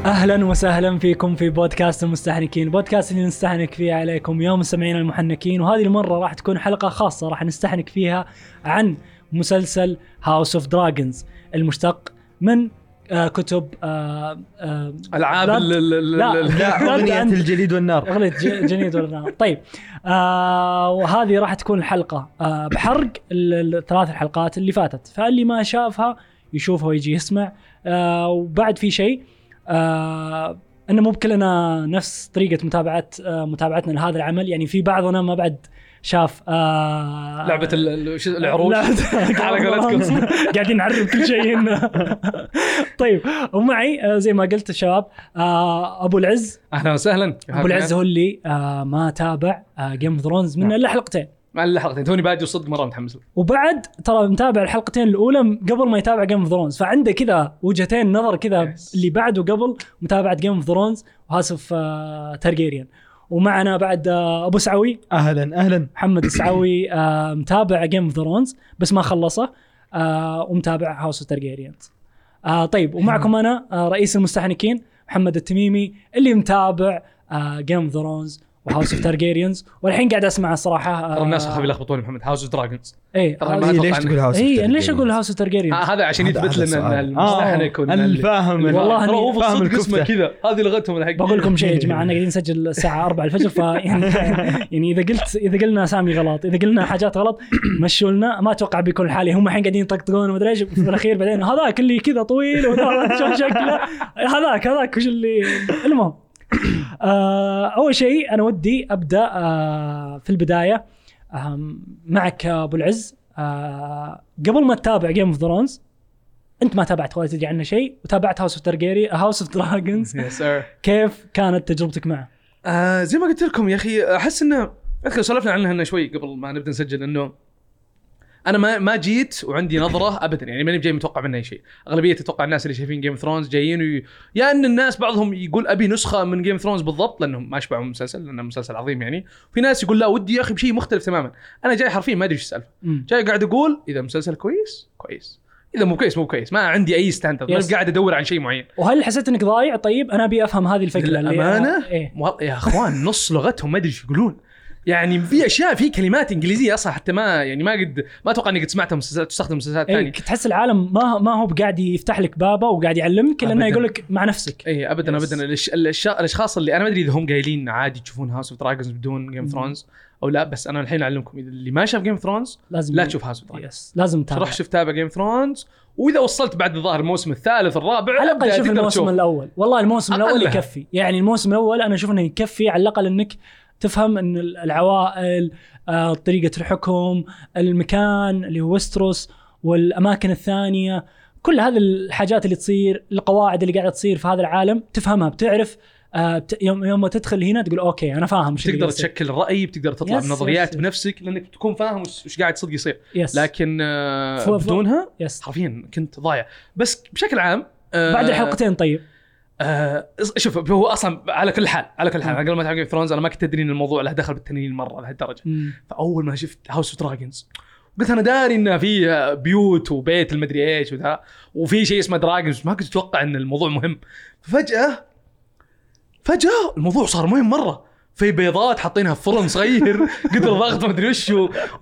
أهلا وسهلا فيكم في بودكاست المستحنكين، بودكاست اللي نستحنك فيه عليكم يا مستمعين المحنكين. وهذه المرة راح تكون حلقة خاصة، راح نستحنك فيها عن مسلسل هاوس اوف دراجونز المشتق من كتب ألعاب أغنية الجليد والنار. أغنية الجليد والنار. طيب وهذه راح تكون الحلقة بحرق الثلاث الحلقات اللي فاتت، فاللي ما شافها يشوفها ويجي يسمع. وبعد في شيء أنه مو بكلنا نفس طريقة متابعتنا لهذا العمل، يعني في بعضنا ما بعد شاف لعبة العروش على قولتكم قاعدين نعرف كل شيء. طيب ومعي زي ما قلت الشباب أبو العز. أهلا وسهلا. أبو العز هو اللي ما تابع جيم اوف ثرونز من إلا حلقتين. توني بادي وصدق مرة متحمس له. وبعد ترى متابع الحلقتين الأولى قبل ما يتابع جيم اوف ثرونز، فعنده كذا وجهتين نظر كذا اللي بعد وقبل متابعة جيم اوف ثرونز وهاوس اوف تارجيريان. ومعنا بعد أبو سعوي. أهلا محمد السعوي متابع جيم اوف ثرونز بس ما خلصه، ومتابع هاوس اوف تارجيريان. طيب ومعكم أنا رئيس المستحنكين محمد التميمي اللي متابع جيم اوف ثرونز وهاوس اوف تارجيريانز، والحين قاعد اسمع الصراحه ترى الناس خافوا يلخبطون محمد هاوس اوف دراجونز. اي ليش تقول هاوس اوف تارجيريانز؟ انا ليش اقول هاوس اوف تارجيريانز؟ هذا عشان يثبت لنا المستحنك الفاهم. والله ترى هو بالصدق اسمه كذا، هذه لغتهم الحقيقيه. بقول لكم شيء يا جماعه، انا قاعدين نسجل الساعه 4 الفجر، يعني اذا قلنا اسامي غلط، اذا قلنا حاجات غلط مشوا لنا. ما اتوقع بيكون الحالي، هم الحين قاعدين يطقطقون وما ادري ايش في الاخير، بعدين هذاك اللي كذا طويل وهذا شو شكله، هذاك وش اللي. المهم أول شيء أنا ودي أبدأ في البداية معك أبو العز. قبل ما تتابع جيم اوف ثرونز أنت ما تابعت ولا تدري عنه شيء، وتابعت هاوس اوف دراجونز. كيف كانت تجربتك معه؟ زي ما قلت لكم يا أخي، أحس إنه سولفنا عنها شوي قبل ما نبدأ نسجل، إنه أنا ما جيت وعندي نظرة أبداً، يعني ماني جاي متوقع منها أي شيء. أغلبية تتوقع الناس اللي شايفين جيم اوف ثرونز جايين يا أن الناس بعضهم يقول أبي نسخة من جيم اوف ثرونز بالضبط لأنهم ما يشبعوا المسلسل، لأنه مسلسل عظيم يعني. في ناس يقول لا ودي يا أخي بشيء مختلف تماماً. أنا جاي حرفيا ما أدري إيش السالفة، جاي قاعد أقول إذا مسلسل كويس، إذا مو كويس، ما عندي أي ستاندرد، ما قاعد أدور عن شيء معين. وهل حسيت إنك ضايع؟ طيب أنا أبي أفهم هذه الفكرة. الأمانة يا أخوان نص لغتهم ما أدري إيش يقولون، يعني في اشياء، في كلمات انجليزيه اصلا حتى ما اتوقع انك سمعتها مسلسلات تستخدم مسلسلات ثانيه. تحس العالم ما هو قاعد يفتح لك بابا وقاعد يعلمك، لانه يقول لك مع نفسك. اي ابدا الاشخاص اللي انا ما ادري اذا هم قايلين عادي تشوفون هاوس اوف دراجونز بدون جيم اوف ثرونز او لا، بس انا الحين اعلمكم اذا اللي ما شاف جيم اوف ثرونز لا تشوف هاوس اوف دراجونز، لازم تتابع. روح شوف تابع جيم اوف ثرونز، واذا وصلت بعد الظاهر الموسم الثالث الرابع على الاقل شوف الموسم الاول. والله الموسم الاول يكفي، يعني الموسم الاول انا اشوف انه يكفي على الاقل انك تفهم ان العوائل، طريقة الحكم، المكان اللي هو ويستروس والاماكن الثانية، كل هذه الحاجات اللي تصير، القواعد اللي قاعدة تصير في هذا العالم تفهمها، بتعرف يوم ما تدخل هنا تقول اوكي انا فاهم. تقدر تشكل رأي، بتقدر تطلع بنظريات بنفسك لانك تكون فاهم وش قاعد صدق يصير. لكن بدونها حرفيا كنت ضايع. بس بشكل عام بعد الحلقتين طيب شوف هو اصلا على كل حال قبل ما تعرف ثرونز انا ما كنت ادري ان الموضوع له دخل بالتنين مره لهالدرجه. فاول ما شفت هاوس اوف دراجونز قلت انا داري انه في بيوت وبيت المدري ايش وذا، وفي شيء اسمه دراجونز، ما كنت اتوقع ان الموضوع مهم. فجاه الموضوع صار مهم مره. في بيضات حاطينها في فرن صغير قدر ضغط ما ادري وش،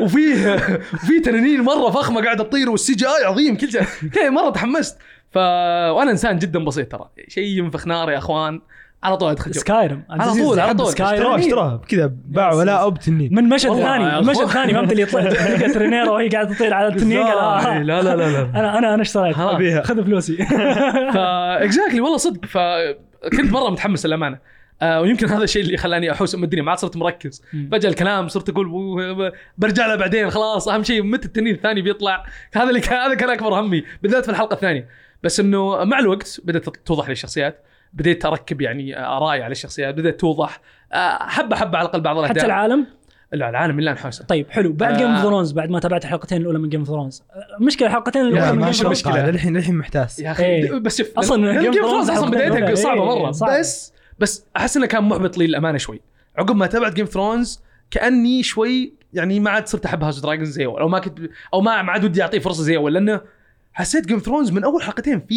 وفي تنانين مره فخمه قاعده تطير، والسي جي اي عظيم، كل شيء مره تحمست. وانا انسان جدا بسيط، ترى شيء ينفخ نار يا اخوان على طول ادخل سكايرم على طول اشتراه كذا باع ولا او بتنين من مشهد ثاني فهمت اللي طلعت لقيت رينيرا وهي قاعده تطير على التنين قال لا انا اشتريت خذ فلوسي. اكزاكتلي والله صدق. فكنت مره متحمس للامانه، ويمكن هذا الشيء اللي خلاني احوس الدنيا، ما صرت مركز. فجأة الكلام صرت اقول برجع له بعدين، خلاص اهم شيء متى التنين الثاني بيطلع. هذا كان اكبر همي بالذات في الحلقه الثانية. بس انه مع الوقت بدأت توضح لي الشخصيات، بديت اركب يعني ارائي على الشخصيات، بدأت توضح حبه على الاقل بعض الاحداث. حتى العالم اللي انحوسه. طيب حلو. بعد جيم اوف ثرونز، بعد ما تابعت الحلقتين الاولى من جيم اوف ثرونز، مشكله الحلقتين الاولى من جيم اوف ثرونز الحين محتاس يا اخي. بس شوف اصلا جيم اوف ثرونز اصلا بدايتها صعبه مره. بس احس انه كان محبط لي الامانه شوي. عقب ما تابعت جيم اوف ثرونز كاني شوي يعني ما عاد صرت احب هاوس دراجونز زي اول، او ما عاد ودي اعطيه فرصه زي اول، لانه حسيت جيم اوف ثرونز من اول حلقتين فيه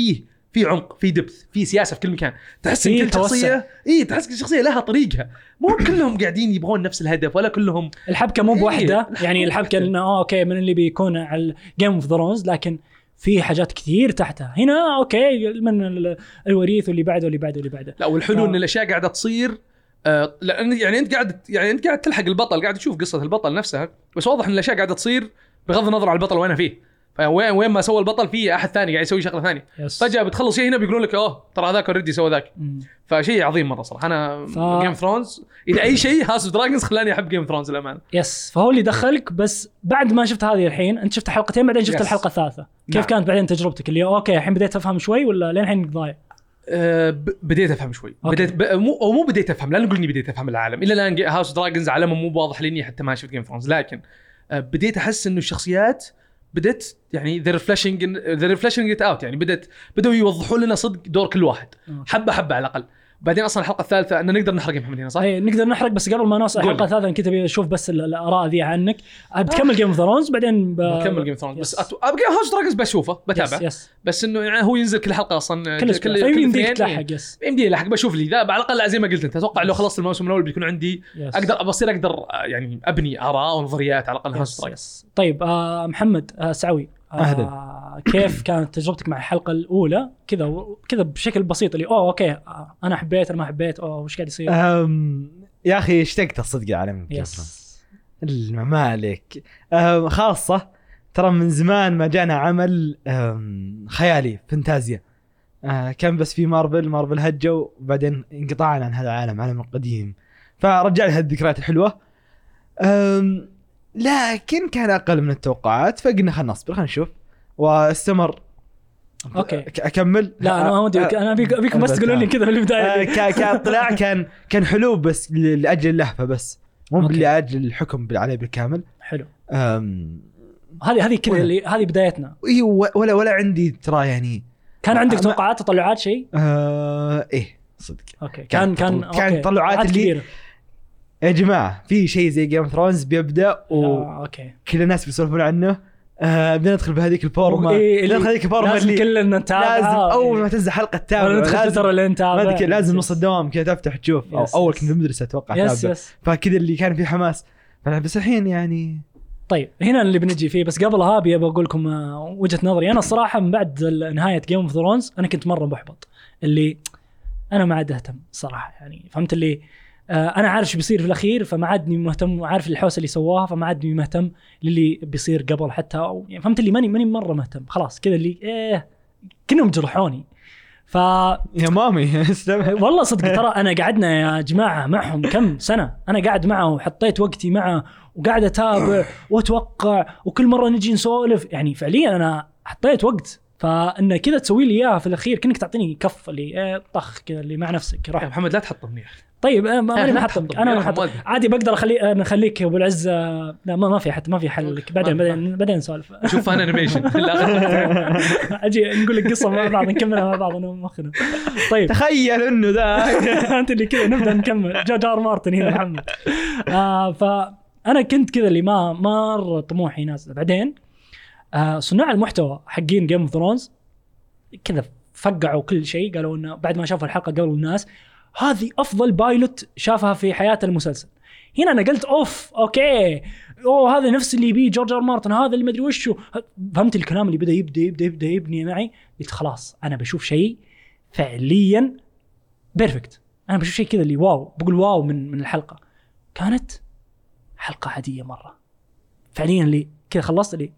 في عمق، في دبث، في سياسه في كل مكان. تحس ان في كل شخصيه تحس كل شخصيه لها طريقها، مو كلهم قاعدين يبغون نفس الهدف ولا كلهم الحبكه مو بوحده. يعني الحبكه انه اوكي من اللي بيكون على جيم اوف ثرونز، لكن في حاجات كثير تحتها. هنا اوكي من الوريث واللي بعده واللي بعده واللي بعده. لا والحلو ان الاشياء قاعده تصير لان يعني انت قاعد تلحق البطل، قاعد تشوف قصه البطل نفسها، بس واضح ان الاشياء قاعده تصير بغض النظر عن البطل وين فيه. فوين ما سوى البطل في احد ثاني قاعد يسوي شغله ثانيه. فجاه بتخلص شيء هنا بيقولون لك ترى هذاك اوريدي سوى ذاك. فشيء عظيم مره صراحه. انا جيم ثرونز اذا اي شيء هاوس اوف دراجونز خلاني احب جيم ثرونز للامانه. يس فهو اللي دخلك. بس بعد ما شفت هذه الحين انت شفت حلقتين بعدين شفت الحلقه الثالثه، كيف كانت بعدين تجربتك اللي اوكي الحين بديت افهم شوي ولا لين الحين ضايع؟ بديت افهم شوي. مو بديت افهم، لا نقول اني بديت افهم العالم الا الان. هاوس دراجونز عالمه مو واضح لاني حتى ما شفت جيم ثرونز، لكن بديت احس انه الشخصيات بدت يعني they're fleshing it out. يعني بدأوا يوضحوا لنا صدق دور كل واحد حبه حبه على الاقل. بعدين اصلا الحلقه الثالثه ان نقدر نحرق يا محمد هنا صح؟ اي نقدر نحرق، بس قبل ما نوصل الحلقه الثالثه انا كنت ابي اشوف بس الاراء ذي عنك. بتكمل جيم اوف ثرونز بعدين بكمل جيم اوف ثرونز، بس ابغى هاوس دراجونز بشوفه بتابع. بس انه يعني هو ينزل كل حلقه اصلا كل يمديك تلحق. يمدي الحق بشوف لي ذا على الاقل زي ما قلت انت. اتوقع لو خلصت الموسم الاول بيكون عندي اقدر يعني ابني اراء ونظريات على الاقل هاوس دراجونز. طيب محمد سعوي كيف كانت تجربتك مع الحلقه الاولى كذا بشكل بسيط اللي اوكي انا حبيت انا ما حبيت وش قاعد يصير؟ يا اخي اشتقت الصدق على ما عليك. خاصه ترى من زمان ما جانا عمل خيالي فانتازيا. كان بس في مارفل هجوا وبعدين انقطعنا عن هذا العالم، عالم القديم، فرجع لي هالذكريات الحلوه. لكن كان أقل من التوقعات، فقلنا خلنا نصبر خلنا نشوف واستمر. اوكي اكمل. لا انا ما ودي انا ابيكم بس تقولون لي كذا في البدايه. كطلع كان حلو بس لاجل اللهفه بس، مو لاجل الحكم عليه بالكامل. حلو. هذه كذا اللي هذه بدايتنا. ولا عندي ترى يعني كان عندك توقعات تطلعات شيء؟ ايه صدق. اوكي كان طلعات اللي يا جماعه في شيء زي جيم اوف ثرونز بيبدا كل الناس بيسولفون عنه. بدنا ندخل بهذيك الفورمه. ندخل هذيك الفورمه اللي كلنا نتابع. لازم اول ما تنزل حلقه تتابع، ندخل ترى اللي نتابع، لازم نص الدوام كذا تفتح تشوف. اول كنت المدرسه اتوقع تابع، فكذا اللي كان في حماس. بس الحين يعني طيب هنا اللي بنجي فيه. بس قبلها ابي اقول لكم وجهه نظري. انا الصراحه من بعد نهايه جيم اوف ثرونز انا كنت مره محبط، اللي انا ما عاد اهتم صراحه. يعني فهمت اللي انا عارف شو بيصير في الاخير، فما عادني مهتم، وعارف الحوسه اللي سواها، فما عادني مهتم للي بيصير قبل حتى. يعني فهمت اللي ماني مره مهتم خلاص كذا، اللي كأنهم جرحوني. يا مامي والله صدق ترى انا قعدنا يا جماعه معهم كم سنه، انا قاعد معه وحطيت وقتي معه وقاعد اتابع واتوقع، وكل مره نجي نسولف. يعني فعليا انا حطيت وقت، فانه كذا تسوي لي اياها في الاخير كأنك تعطيني كف اللي طخ كذا اللي مع نفسك. روح محمد لا تحطمني. طيب ما حطمك انا حط عادي، بقدر نخليك ابو العز. لا ما في حتى ما في حل لك. بعدين نسولف. شوف انا انيميشن اجي نقول لك قصه مع بعض نكملها مع بعض انا مخنا. طيب تخيل انه ذا انت اللي كذا نبدا نكمل جورج مارتن هنا محمد. فانا كنت كذا اللي ما مره طموحي نازل. بعدين صناع المحتوى حقين جيم اوف ثرونز كذا فقعوا كل شيء، قالوا انه بعد ما شافوا الحلقه قبل الناس هذه افضل بايلوت شافها في حياته المسلسل. هنا انا قلت اوكي هذا نفس اللي بيه جورج مارتن، هذا اللي ما ادري وشه. فهمت الكلام اللي بدا يبدا يبني معي. قلت خلاص انا بشوف شيء فعليا بيرفكت. انا بشوف شيء كذا اللي واو، بقول واو من الحلقه. كانت حلقه عاديه مره فعليا، اللي كذا خلصت اللي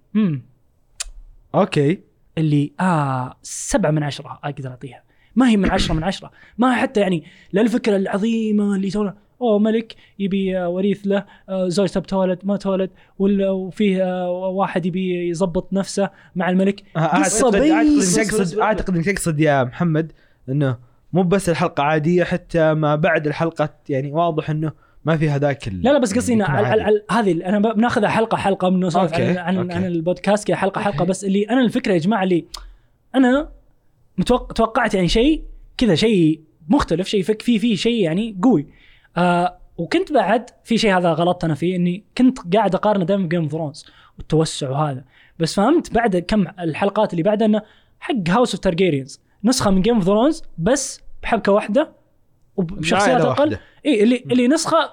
اوكي اللي 7 من 10 اقدر اعطيها. ما هي من 10 من 10، ما حتى يعني لا الفكره العظيمه اللي تونا ملك يبي وريث له، زوجته بتولد ما تولد، وفيه واحد يبي يضبط نفسه مع الملك. اعتقد انك تقصد يا محمد انه مو بس الحلقه عاديه، حتى ما بعد الحلقه يعني واضح انه ما في هذاك. لا بس قصدي هذه انا بناخذها حلقه من نصف عن البودكاست كحلقه. بس اللي انا الفكره يا جماعه اللي انا توقعت يعني شيء كذا، شيء مختلف، شيء فيه شيء يعني قوي. وكنت بعد في شيء هذا غلطت انا فيه، اني كنت قاعد اقارن دائما بجيم اوف ثرونز والتوسع وهذا. بس فهمت بعد كم الحلقات اللي بعدها انه حق هاوس اوف تارجيريانز نسخه من جيم اوف ثرونز بس بحبكه واحده وبشخصيات اقل. اي اللي نسخه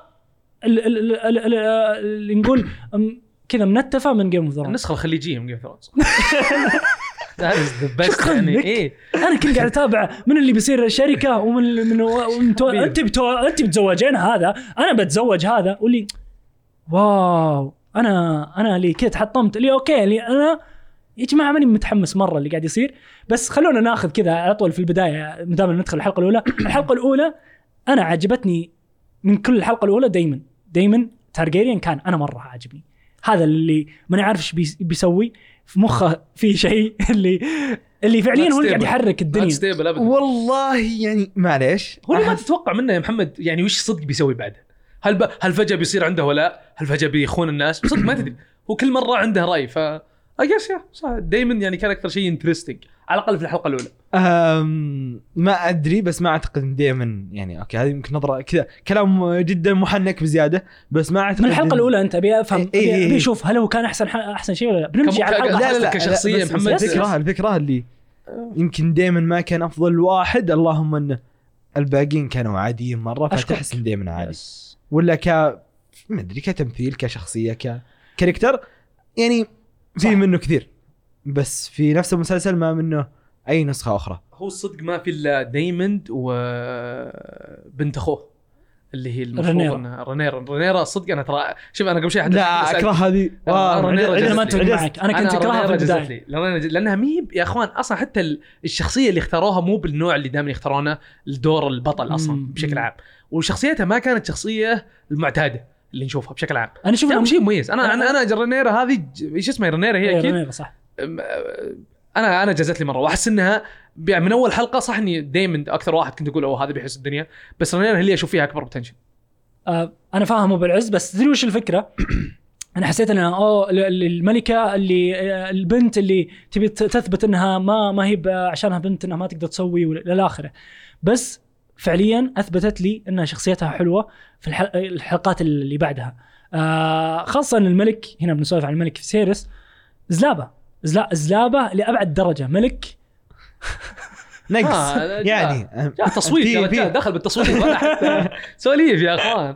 اللي نقول كذا منتفه من جيم اوف ثرونز، النسخه الخليجيه من جيم اوف ثرونز. بس يعني ايه انا كنت قاعد اتابع من اللي بيصير شركه ومن انت بتزوجين هذا، انا بتزوج هذا، واللي واو انا اللي كنت حطمت اللي اوكي اللي انا يا جماعه ماني متحمس مره اللي قاعد يصير. بس خلونا ناخذ كذا اطول في البدايه مدام ندخل الحلقه الاولى. الحلقه الاولى انا عجبتني من كل الحلقه الاولى دايما تارجيريان كان انا مره عاجبني. هذا اللي ما عارف ايش بيسوي في مخه، في شيء اللي فعليا هو اللي قاعد يحرك الدنيا. والله يعني معليش هو اللي ما تتوقع منه يا محمد يعني وش صدق بيسوي بعده. هل فجأة بيصير عنده ولا هل فجأة بيخون الناس؟ صدق ما تدري، هو كل مرة عنده رأي. ف أجلس يا صح دايما يعني كان أكثر شيء انترستينج على الأقل في الحلقة الأولى. ما أدري بس ما أعتقد دائما يعني أوكي هذه يمكن نظرة كذا كلام جدا محنك بزيادة، بس ما أعتقد من الحلقة الأولى أنت أبي أفهم بيشوف هل هو كان أحسن شيء ولا لا. بنمشي على الحلقة لا كشخصية محمد. الفكرة اللي يمكن دائما ما كان أفضل واحد، اللهم أنه الباقين كانوا عاديين مرة فتحس دائما عادي ولا ما أدري كتمثيل كشخصية كاركتر يعني في منه كثير، بس في نفس المسلسل ما منه أي نسخة أخرى. هو الصدق ما في إلا دايموند وبنت أخوه اللي هي المفروض رينيرا. الصدق أنا ترى شوف أنا قبل شيء لا أكره هذه رينيرا ما تفهم معك. أنا كنت أكرهها في البداية لأنها ميب يا أخوان أصلا. حتى الشخصية اللي اختاروها مو بالنوع اللي دائما يختارونه الدور البطل أصلا بشكل عام، وشخصيتها ما كانت شخصية المعتادة اللي نشوفها بشكل عام. أنا شوف شيء مميز. أنا رينيرا هذه إيش اسمها رينيرا هي أكيد صح. انا جازت لي مره واحس انها من اول حلقه صح اني دايما اكثر واحد كنت اقول هذا بيحس الدنيا، بس رينيرا هي اللي اشوف فيها اكبر بوتنشل. انا فاهمه بالعز، بس تدري وش الفكره؟ انا حسيت انها الملكه اللي البنت اللي تبي تثبت انها ما هي عشانها بنت انها ما تقدر تسوي الى اخره، بس فعليا اثبتت لي انها شخصيتها حلوه في الحلقات اللي بعدها. خاصه الملك هنا بنسولف عن الملك في سيرس زلابه لأبعد درجة. ملك نقص يعني تصويت يا رجال، دخل بالتصويت ولا حتى سواليف يا اخوان.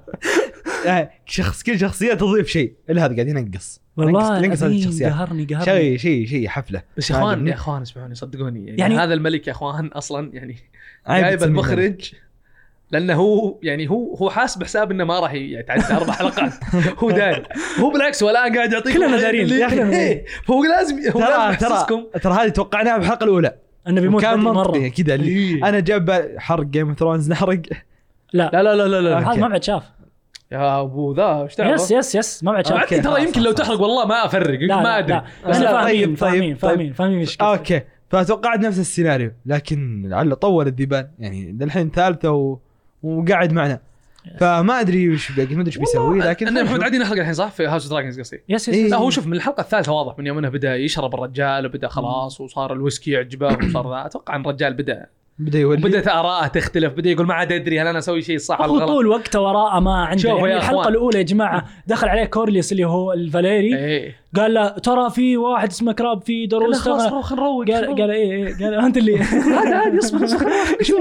كل شخصية تضيف شيء، إلا هذا قاعد ينقص. والله نقص هذه الشخصيات. قهرني شيء حفلة. بس يا اخوان اسمعوني صدقوني يعني هذا الملك يا اخوان اصلا يعني جايب المخرج لانه هو يعني هو حاسب حساب انه ما راح يتعدى 4 حلقات. هو داري، هو بالعكس ولا قاعد يعطيك كلنا دارين يا اخي. هو لازم ترى هذه توقعناها بالحلقه الاولى انه بيموت مره كذا. انا جاب حرق جيم اوف ثرونز نحرق. لا هذا ما بعد شاف يا ابو ذا ايش تعرف؟ يس ما بعد شاف. ترى يمكن لو تحرق والله ما افرق ما ادري. بس فاهمين ايش اوكي. فتوقعت نفس السيناريو، لكن لعله طول الذيبان يعني الحين ثالثه وقاعد معنا، فما ادري وش ما ادري ايش بيسوي. لكن انا محمد عادي نحلق الحين صح في هاوس دراجونز قصدي. يس لا هو شوف من الحلقه الثالثه واضح من يوم انه بدا يشرب الرجال وبدا خلاص وصار الويسكي يعجبه وصار ذا. اتوقع ان الرجال بدا يولي بدات آراءه تختلف، بدا يقول ما عاد ادري هل انا اسوي شيء صح ولا غلط. طول وقته وراءه ما عنده يعني. الحلقه الاولى يا جماعه دخل عليه كورليوس اللي هو الفاليري قال له ترى في واحد اسمه كراب في دروس خلاص نروق. قال ايه قال انت اللي عادي اصبر شو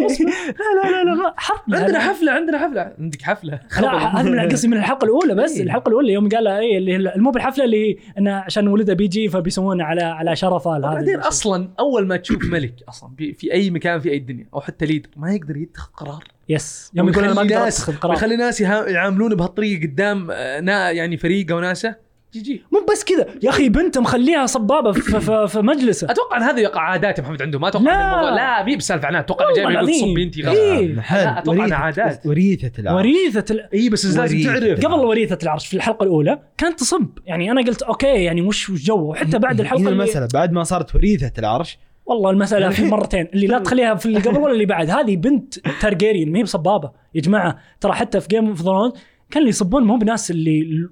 لا عندنا حفله عندك حفله. لا هذا من قصدي من الحلقه الاولى بس. الحلقه الاولى يوم قال ايه اللي مو بالحفله اللي انه عشان ولده بيجي فبيسوون على شرفه هذا. بعدين اصلا اول ما تشوف ملك اصلا في اي مكان في اي الدنيا او حتى ليدر ما يقدر يتخذ قرار. يس يوم يقول انا ما اقدر اتخذ قرار يخلي ناس يعاملونه بهالطريقه قدام يعني فريقه وناسه. جي مو بس كذا يا اخي بنت مخليها صبابه في مجلسه. اتوقع ان هذه يقع عادات يا محمد عنده. ما اتوقع ان الموضوع لا مي بسالفه عنها. اتوقع جاي يقول تصب بنتي غلط. لا اتوقع انها عادات وريثه اي بس لازم تعرف قبل وريثه العرش في الحلقه الاولى كانت تصب يعني. انا قلت اوكي يعني وش جو. وحتى بعد الحلقه المساله بعد ما صارت وريثه العرش والله المساله في مرتين اللي لا تخليها في اللي قبل ولا اللي بعد. هذه بنت تارجيريان ما هي بصبابه يا جماعه. ترى حتى في جيم اوف ثرونز كان اللي يصبون مو بناس اللي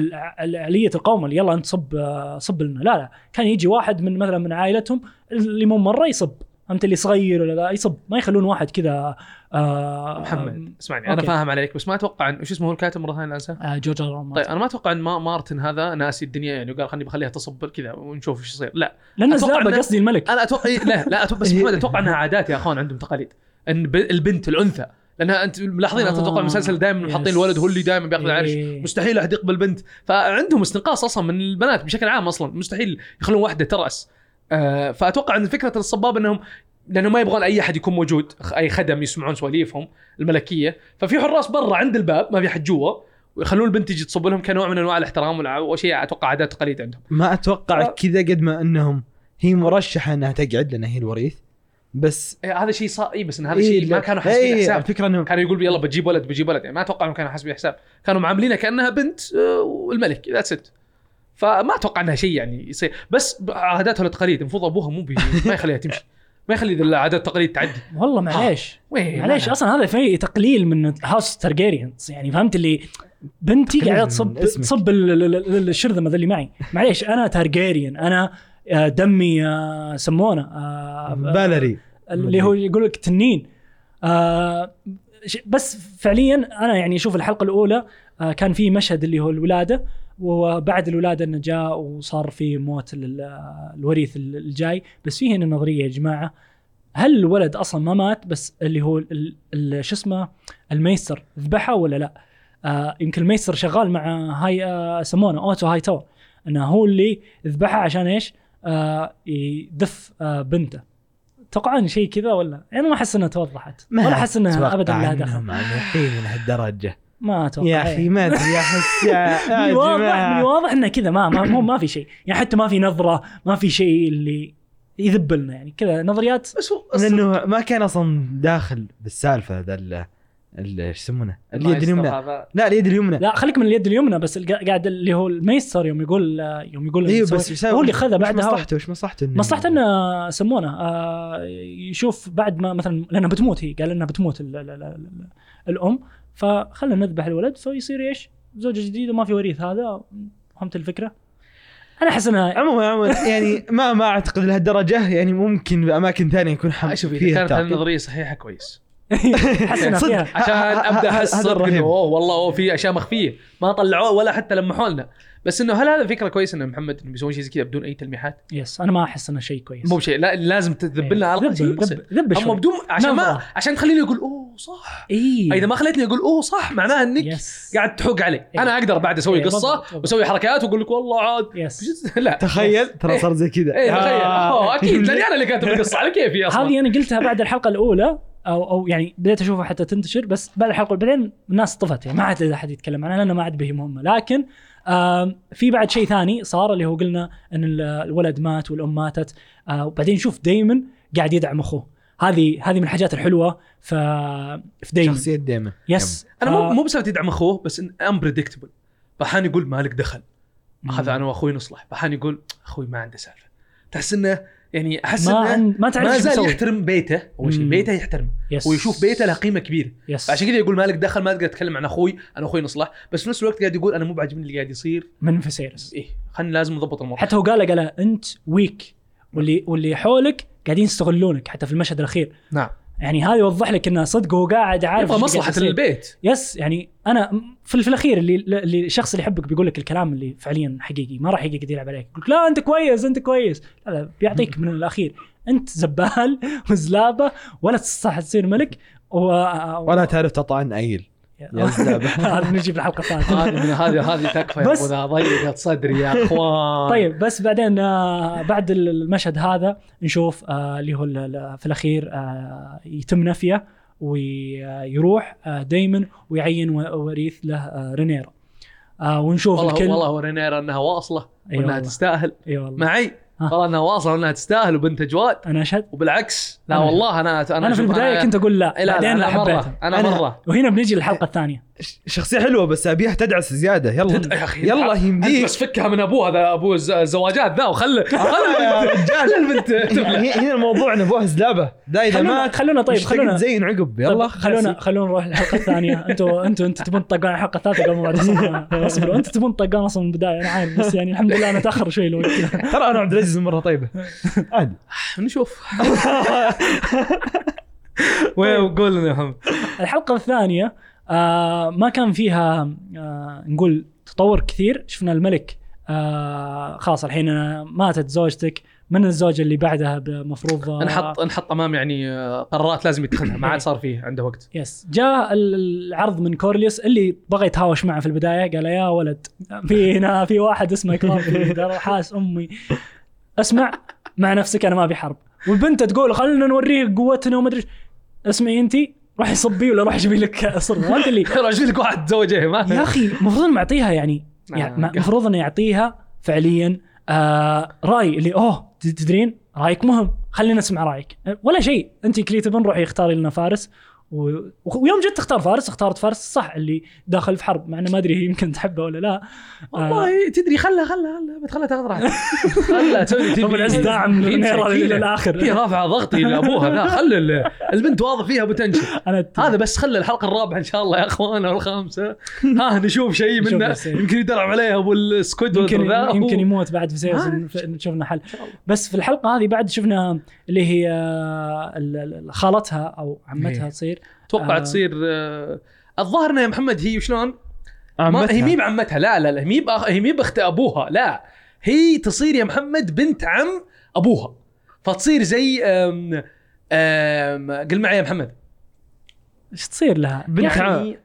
آلية القوم اللي يلا انت صب لنا. لا كان يجي واحد من مثلا من عائلتهم اللي مو مره يصب فهمت اللي صغير ولا لا يصب، ما يخلون واحد كذا. محمد اسمعني انا فاهم عليك، بس ما اتوقع ان وش اسمه هو الكاتب مره ثانيه انسى. جورج آر آر مارتن. طيب انا ما اتوقع ان مارتن هذا ناسي الدنيا يعني وقال خليني بخليها تصب كذا ونشوف ايش يصير. لا لان زلابه قصدي الملك. انا اتوقع لا اتوقع بس محمد اتوقع انها عادات يا اخوان، عندهم تقاليد ان البنت الانثى، لانها انت ملاحظين اتوقع المسلسل دائما حاطين الولد هو اللي دائما بياخذ العرش، مستحيل احد يقبل بنت، فعندهم استنقاص اصلا من البنات بشكل عام، اصلا مستحيل يخلون واحده ترأس. فاتوقع ان فكره الصباب انهم لانه ما يبغون اي احد يكون موجود، اي خدم يسمعون سواليفهم الملكيه، ففي حراس برا عند الباب ما في حد جوا، ويخلون البنت تجي تصب لهم كنوع من انواع الاحترام وشيء اتوقع عادات تقاليد عندهم. ما اتوقع كذا قد ما انهم هي مرشحه انها تقعد لان هي الوريث بس. هذا شيء بس ان هذا شيء ما كانوا حاسبين حساب. الفكره انه كانوا يقول يلا بتجيب ولد يعني ما اتوقع انهم كانوا حاسبين حساب، كانوا معاملينها كانها بنت والملك ذاتس ات. فما اتوقع انها شيء يعني يصير، بس عاداتها والتقاليد المفروض ابوها مو ما يخليها تمشي، ما يخلي العادات التقاليد تعدي. والله معليش اصلا هذا في تقليل من هاوس تارجيريانز يعني، فهمت اللي بنتي قاعده تصب الشرذمه ذا اللي معي. معليش انا تارجيريان، انا دمي سمونه بالري اللي هو يقول لك تنين. بس فعليا انا يعني اشوف الحلقه الاولى كان في مشهد اللي هو الولاده، وبعد الولاده انه جاء وصار في موت الوريث الجاي. بس فيه هنا نظريه يا جماعه، هل الولد اصلا ما مات بس اللي هو شو اسمه الميستر ذبحه ولا لا؟ يمكن الميستر شغال مع هاي سمونه اوتو هاي تاور، انه هو اللي ذبحها عشان ايش؟ يدف بنته. توقعون شيء كذا ولا؟ يعني ما احس انها توضحت ولا احس انها ابدا لها دخل مع الحين من هالدرجه. ما اتوقع يا اخي ما ادري احس يا جماعه واضح انه كذا ما في شيء يعني، حتى ما في نظره، ما في شيء اللي يذب لنا يعني كذا نظريات. لانه ما كان اصلا داخل بالسالفه ذا ايش يسمونه اليد اليمنى. لا اليد اليمنى لا خليك من اليد اليمنى، بس قاعد اللي هو الميستر يوم يقول ايوه بس هو اللي خذه بعدها. وش مصلحته انه سمونه يشوف بعد ما مثلا لانها بتموت، هي قال انها بتموت الام، فخلنا نذبح الولد فيصير ايش؟ زوجة جديدة وما في وريث. هذا فهمت الفكرة؟ أنا حاسس إنها عموما يعني ما أعتقد لهالدرجة يعني، ممكن بأماكن ثانية يكون فيها كانت النظرية صحيحة كويس. حسنا فيها عشان أبدأ أحس صدق إنه والله في أشياء مخفية ما طلعوه ولا حتى لمحوا لنا. بس انه هل هذا فكره كويسه ان محمد بيسوون شيء زي كذا بدون اي تلميحات؟ يس انا ما احس انه شيء كويس. مو شيء، لا لازم تذب لنا على ذب هم بدون عشان تخليني اقول اوه صح. اذا ما خليتني اقول اوه صح معناها انك قاعد تحوق علي. انا اقدر بعد اسوي قصه واسوي حركات واقول لك والله عاد لا تخيل ترى صار زي كذا. تخيل اكيد لاني انا اللي كاتب القصه على كيفي اصلا. هذه انا قلتها بعد الحلقه الاولى او يعني بديت اشوفها حتى تنتشر، بس بعد الحلقه بعدين الناس طفت يعني ما عاد احد يتكلم عنها لانه ما عاد بهمهم. لكن في بعد شيء ثاني صار اللي هو قلنا ان الولد مات والام ماتت، وبعدين شوف دايما قاعد يدعم اخوه. هذه من الحاجات الحلوه في دايما شخصيه دايما. يس انا مو بس يدعم اخوه، بس امبريدكتبل. بحان يقول مالك دخل هذا انا واخوي نصلح، بحان يقول اخوي ما عنده سالفه. تحس انه يعني احس انه ما زال يحترم بيته. اول شيء بيته يحترم ويشوف بيته له قيمه كبيره. عشان كذا يقول مالك دخل، ما تقدر تتكلم عن اخوي، انا اخوي نصلح. بس في نفس الوقت قاعد يقول انا مو بعجبني اللي قاعد يصير من فيسيرس. خلينا لازم نضبط الموضوع. حتى هو قال انت ويك واللي حولك قاعدين يستغلونك. حتى في المشهد الاخير نعم يعني هذا يوضح لك انه صدق هو قاعد عارف مصلحه البيت. يس يعني انا في الاخير اللي الشخص اللي يحبك بيقول لك الكلام اللي فعليا حقيقي، ما راح يجي يلعب عليك يقول لا انت كويس. لا بيعطيك من الاخير انت زبال وزلابه ولا تستطيع تصير ملك ولا تعرف تطعن ايل. هذا نجي في الحلقه الثانيه. هذه تكفى يا ابونا، ضيقت صدري يا اخوان. طيب بس بعدين بعد المشهد هذا نشوف اللي هو في الاخير يتم نفيه ويروح دايما ويعين وريث له رينيرا. ونشوف والله رينيرا انها واصله وانها تستاهل. معي والله انها واصله وانها تستاهل وبنت جواد. انا اشهد وبالعكس. لا والله انا في البدايه كنت اقول لا بعدين لا حبيتها انا مره. وهنا بنيجي للحلقه الثانيه شخصيه حلوه بس ابيها تدعس زياده. يلا يا أخي يلا يمديك بس فكها من ابوها ذا ابو الزواجات ذا وخلي يا رجال البنت هنا الموضوع نبوها زلابه ده اذا ما خلونا طيب خلونا زين عقب يلا خلونا نروح الحلقه الثانيه. انتوا تبون تطقون الحلقه الثالثه قبل ما اصبروا. انتوا تبون تطقون اصلا من البدايه انا عارف بس يعني الحمد لله انا تاخر شوي الوقت. ترى انا عبد العزيز مره طيبه عادي نشوف. وقول لنا يا محمد. الحلقه الثانيه ما كان فيها نقول تطور كثير. شفنا الملك خلاص الحين ماتت زوجتك، من الزوجة اللي بعدها بمفروض نحط امام يعني قرارات لازم يتخذها، ما عاد صار فيه عنده وقت. يس. جاء العرض من كورليوس اللي بغى يتهاوش معه في البداية، قال يا ولد في واحد اسمه كلاب حاس أمي اسمع مع نفسك أنا ما أبي حرب. والبنت تقول خلنا نوريه قوتنا وما أدري اسمعي أنتي روح يصبي ولا روح يجيب لك صرمة. وانت اللي روح يجيب لك واحد زوجه يا اخي المفروض معطيها يعني المفروض انه يعطيها فعليا راي اللي تدرين رايك مهم خلينا نسمع رايك ولا شيء. انت كليتبن روحي اختاري لنا فارس ويوم جيت تختار فارس اختارت فارس صح اللي داخل في حرب، مع انه ما ادري هي يمكن تحبه ولا لا. والله تدري خلها تاخذ راحتها خلها تسوي العز داعم للاخر. هي رافعه ضغطي لابوها ذا خلي البنت واضح فيها بوتنشل هذا بس خلي الحلقه الرابعه ان شاء الله يا اخوانا والخامسه نشوف شيء منه يمكن يدرب عليه ابو السكود يمكن يموت بعد في سيرس شفنا حل. بس في الحلقه هذه بعد شفنا اللي هي خالتها او عمتها تصير توقع تصير الظاهر انها محمد هي وشلون هي مي بعمتها لا هي مي باخت ابوها، لا هي تصير يا محمد بنت عم ابوها، فتصير زي قل معي يا محمد ايش تصير لها بنت يعني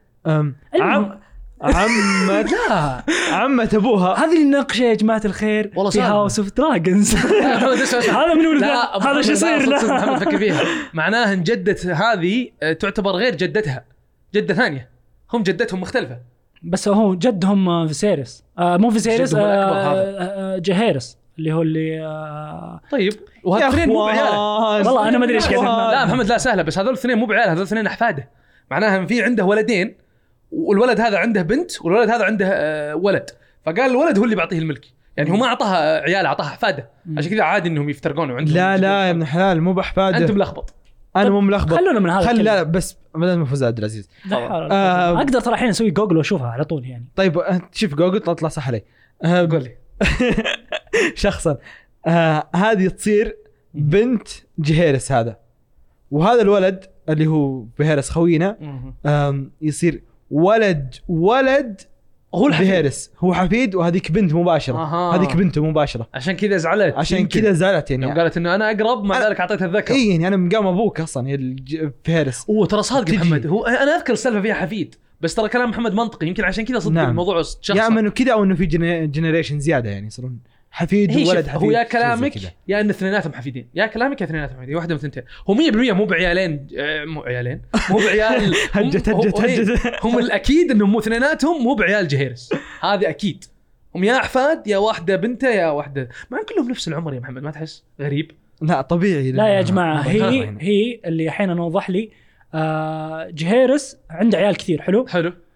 عمة ابوها. هذه اللي نناقشها يا جماعه الخير في هاوس اوف دراجونز. هذا من ولد هذا شو يصير محمد فكر فيها معناها ان جدة هذه تعتبر غير جدتها، جدة ثانية، هم جدتهم مختلفة بس هو جدهم في سيريس مو في سيريس جهيرس اللي هو اللي طيب وهالاثنين مو بعياله والله انا ما ادري ايش قاعد. لا محمد لا سهله بس هذول الاثنين مو بعياله، هذول الاثنين احفاده، معناها في عنده ولدين والولد هذا عنده بنت والولد هذا عنده ولد، فقال الولد هو اللي بيعطيه الملك، يعني هو ما اعطاها عيال اعطاها احفاده، عشان كذا عادي انهم يفترقون وعندهم. لا يا ابن الحلال مو باحفاده، انت ملخبط. انا مو ملخبط. خلونا من هذا لا بس بدل ما فوز عبد العزيز اقدر ترى الحين اسوي جوجل واشوفها على طول يعني. طيب شوف جوجل تطلع صح علي قول لي شخصا هذه تصير بنت جهيرس هذا، وهذا الولد اللي هو بهيرس خوينا يصير ولد هو بهيرس هو حفيد، وهذيك بنت مباشره هذيك بنته مباشره، عشان كذا زعلت، عشان كذا زعلت يعني قالت انه انا اقرب مع ذلك اعطيتها الذكر. اي يعني انا مقام ابوك اصلا بهيرس. ترى صادق محمد، هو انا اذكر السالفه فيها حفيد، بس ترى كلام محمد منطقي، يمكن عشان كذا صدق الموضوع شخصا يا انه كذا او انه في جنريشن زياده يعني يصيرون حفيد وولد حفيد. هو يا كلامك يا ان اثنيناتهم حفيدين، يا كلامك يا اثنيناتهم حفيدين، واحده من الثنتين. هو 100% مو بعيالين مو بعيال هجت هم الاكيد انهم مو اثنيناتهم مو بعيال جهيرس، هذه اكيد هم يا احفاد يا واحده بنته يا واحده، مع كلهم نفس العمر يا محمد، ما تحس غريب؟ لا طبيعي. لا يا جماعه هي اللي الحين نوضح لي جهيرس عنده عيال كثير. حلو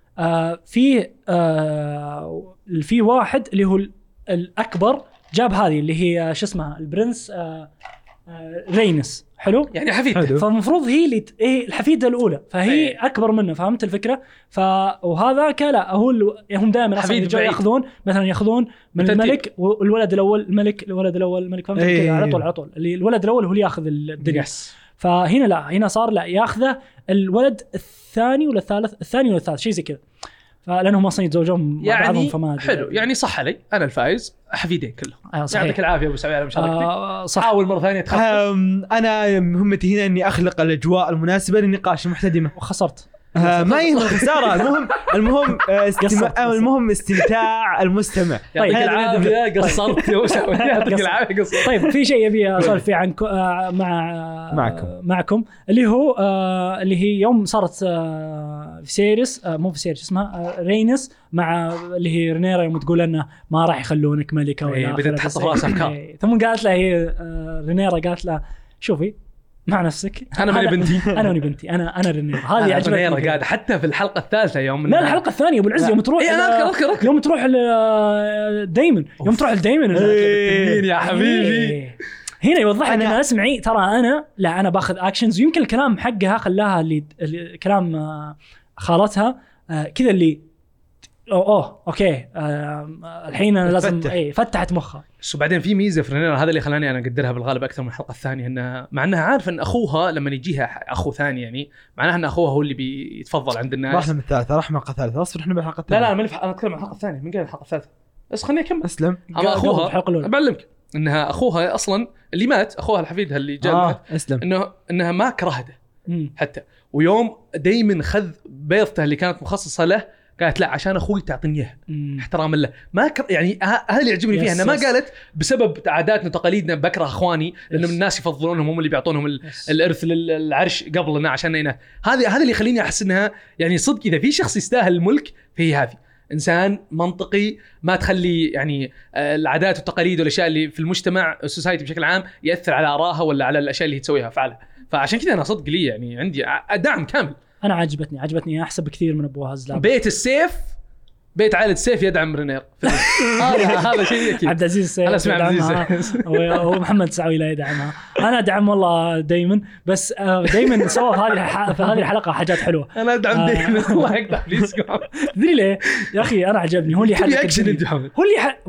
في واحد اللي هو الأكبر جاب هذه اللي هي شو اسمها البرنس رينس. حلو يعني حفيد، فالمفروض هي اللي الحفيدة الأولى، فهي أكبر منه. فهمت الفكرة؟ وهذا كلا هو هم دائما أصلا يأخذون مثلا يأخذون من الملك والولد الأول الملك، الولد الأول الملك. فهمت كذا على طول اللي الولد الأول هو اللي يأخذ الدنيا. فهنا لا، هنا صار لا يأخذه الولد الثاني ولا الثالث شيء زي كذا، فلانهم اصلا يتزوجون مع بعضهم. فما حلو يعني صح علي انا الفائز حفيدين كلهم. يعطيك العافيه ابو سعيد على مشاركتك. حاول مره ثانيه تخفف. انا مهمتي هنا اني اخلق الاجواء المناسبه للنقاش المحتدمه، وخسرت. ما هي خساره. المهم استمتاع المستمع. يعطيك العافيه قصرت يا وسام. يعطيك العافيه قصرت. طيب في شيء ابي اسولف فيه عن معكم اللي هو اللي هي يوم صارت في سيريس مو في سيريس اسمها رينس مع اللي هي رينيرا، يوم تقول انه ما راح يخلونك ملكه ولا بدها تحط في راسها افكار. ثم قالت له هي رينيرا قالت له شوفي مع نفسك. انا ماني بنتي. انا ماني بنتي. انا رينيرا. هذه عجبتني قاعد حتى في الحلقه الثالثه يوم لا الحلقه الثانيه ابو العز يوم تروح يوم تروح دايمن يوم تروح الدايمن يا حبيبي. هنا يوضح لك انا اسمعي ترى انا باخذ اكشنز. ويمكن الكلام حقها خلاها اللي كلام خالتها كذا اللي اوكي الحين انا لازم فتحت مخها. وبعدين في ميزه في رينيرا هذا اللي خلاني انا اقدرها بالغالب اكثر من الحلقه الثانيه، انها مع انها عارفه ان اخوها لما يجيها اخو ثاني يعني معناها ان اخوها هو اللي بيتفضل عند الناس. رحنا من الثالثه رحنا الحلقه الثالثه اصلا احنا بالحلقه الثانيه. لا انا اتكلم عن الحلقه الثانيه من قبل الحلقه الثالثه بس خليني اكمل. اسلم. اما اخوها بعلمك انها اخوها اصلا اللي مات اخوها الحفيدها اللي جاء اسلم انها ما كرهته حتى. ويوم دايما خذ بيضته اللي كانت مخصصه له قالت لا عشان اخوي تعطيني اياها احتراما له. ما يعني هذا اللي يعجبني فيها انها ما قالت بسبب عاداتنا وتقاليدنا بكره اخواني لان الناس يفضلونهم هم اللي بيعطونهم الارث للعرش قبلنا عشاننا. هذا اللي يخليني احس انها يعني صدق اذا في شخص يستاهل الملك فهي هذه. انسان منطقي ما تخلي يعني العادات والتقاليد والاشياء اللي في المجتمع السوسايتي بشكل عام ياثر على ارائها ولا على الاشياء اللي تسويها فعلها. فعشان كذا انا صدق لي يعني عندي دعم كامل. انا عجبتني احسن بكثير من ابو هزلاب. بيت السيف بيت عائله السيف يدعم رينير. هذا شيء اكيد. عبد العزيز السيف انا اسمع عبد العزيز ومحمد سعوي لا يدعمها. انا ادعم والله دايما بس دايما سوى في هذه الحلقه حاجات حلوه. انا ادعم دايما الله يقطع بليز. تدري ليه يا اخي انا عجبني هو اللي يحرك الدنيا. هو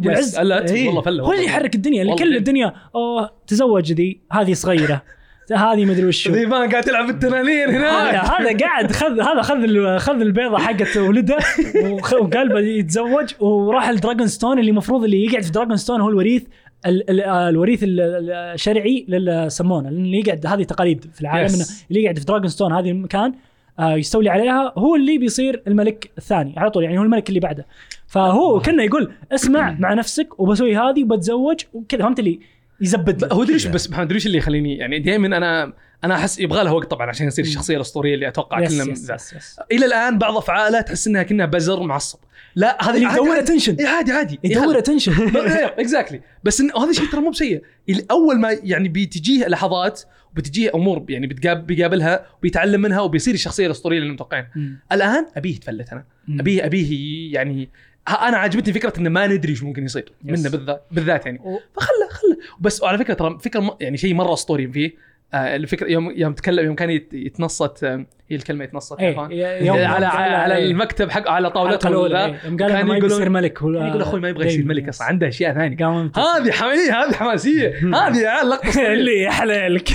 اللي يحرك الدنيا اللي كل الدنيا تزوج ذي هذه صغيره هذه ما ادري وش ذيبان قاعد تلعب بالتنانين هناك. هذا قاعد خذ البيضه حقت ولده وقال بيتزوج وراح الدراجون ستون اللي المفروض اللي يقعد في دراجون ستون هو الوريث الشرعي للسمون اللي يقعد. هذه تقاليد في العالم اللي يقعد في دراجون ستون هذه المكان يستولي عليها هو اللي بيصير الملك الثاني على طول يعني هو الملك اللي بعده. فهو كنا يقول اسمع مع نفسك وبسوي هذه وبتزوج وكذا فهمت اللي يزبد. هو دريش بس محمد دريش اللي يخليني يعني دائما انا احس يبغى له وقت طبعا عشان يصير الشخصيه الاسطوريه اللي اتوقع كلنا الى الان بعض افعاله تحس انها كأنها بزر معصب. لا هذا اللي يدور اتنشن عادي يدور اتنشن اكزاكتلي. بس هذا شيء ترى مو بسيء. اول ما يعني بتجيه لحظات وبتجيه امور يعني بيقابلها وبيتعلم منها وبيصير الشخصيه الاسطوريه اللي متوقعينها. الان ابيه يتفلت. انا ابيه يعني انا عجبتني فكره انه ما ندري ايش ممكن يصير منه بالذات يعني فخله بس. وعلى فكره ترى فكره يعني شيء مره اسطوري فيه. الفكره يوم تكلم يوم كان يتنصت هي الكلمه يتنصت على المكتب حق على طاولته كان ما يصير ملك. يقول اخوي ما يبغى يصير ملك اصلا عنده اشياء ثانيه. هذه حماسيه. هذه لقطه اللي يحللك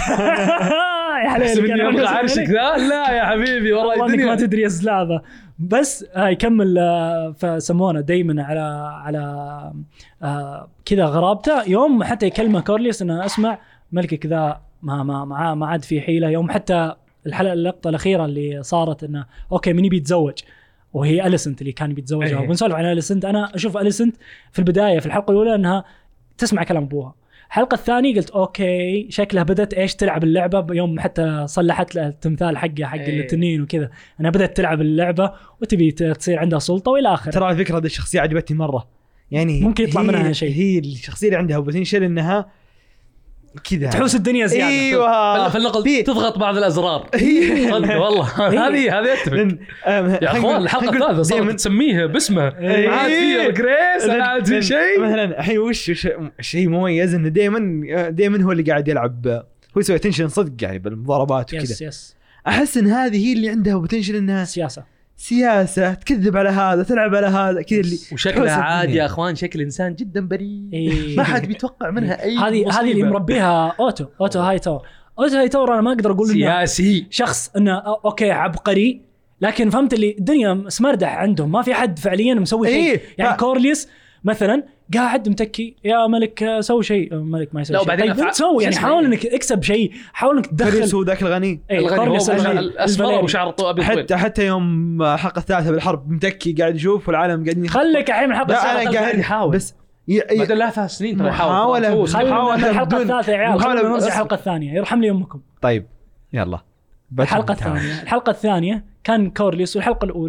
يحللك انا ابغى عرشك ذا. لا يا حبيبي والله الدنيا ما تدري الزلابه. بس يكمل فسمونا دايما على كذا غرابته يوم حتى يكلمه كورليوس انه اسمع ملكك ذا ما عاد في حيله. يوم حتى اللقطه الاخيره اللي صارت انه اوكي من بيتزوج وهي أليسنت اللي كان بيتزوجها. وبنسولف عن أليسنت. انا اشوف أليسنت في البدايه في الحلقه الاولى انها تسمع كلام ابوها. الحلقه الثانيه قلت اوكي شكلها بدات تلعب اللعبه يوم حتى صلحت له التمثال حق التنين وكذا. انا بدات تلعب اللعبه وتبي تصير عندها سلطه والى اخره. ترى على فكره هذه الشخصيه عجبتني مره يعني ممكن يطلع منها شيء. هي الشخصيه اللي عندها بوتنشل انها كذا تحوس الدنيا زياده. ايوه فالنقل تضغط بعض الازرار. صدق والله هذه اتفق يا اخوان. الحلقه الثالثه صارت تسميها باسمه عاد في جريس عاد في شيء مثلا الحين وش شيء مميز انه دائما هو اللي قاعد يلعب هو يسوي تنشن صدق يعني بالمضاربات وكذا. احس ان هذه هي اللي عندها بوتنشل انها سياسة تكذب على هذا تلعب على هذا كذا اللي وشكلها عادي يا اخوان. شكل انسان جدا بريء ما حد بيتوقع منها اي هذه اللي مربيها اوتو هايتور. انا ما اقدر اقول سياسي شخص انه اوكي عبقري لكن فهمت اللي الدنيا سمردح عندهم ما في حد فعليا مسوي شيء. يعني كورليوس مثلا قاعد متكي يا ملك سوي شيء ملك ما يسوي شيء. طيب تسوي يعني حاول انك اكسب شيء حاول انك تدخل هو ذاك الغني الاصفر وشعر ابيض. حتى يوم الحلقه الثالثه بالحرب متكي قاعد يشوف والعالم قاعدين خليك الحين الحلقه الثالثه قاعد يحاول بس بدل لا 3 سنين ترى يحاول الحلقه الثالثه يا عيال خلينا نرجع الحلقه الثانيه يرحم لي امكم. طيب يلا الحلقه الثانيه كان كورليوس والحلقه الاولى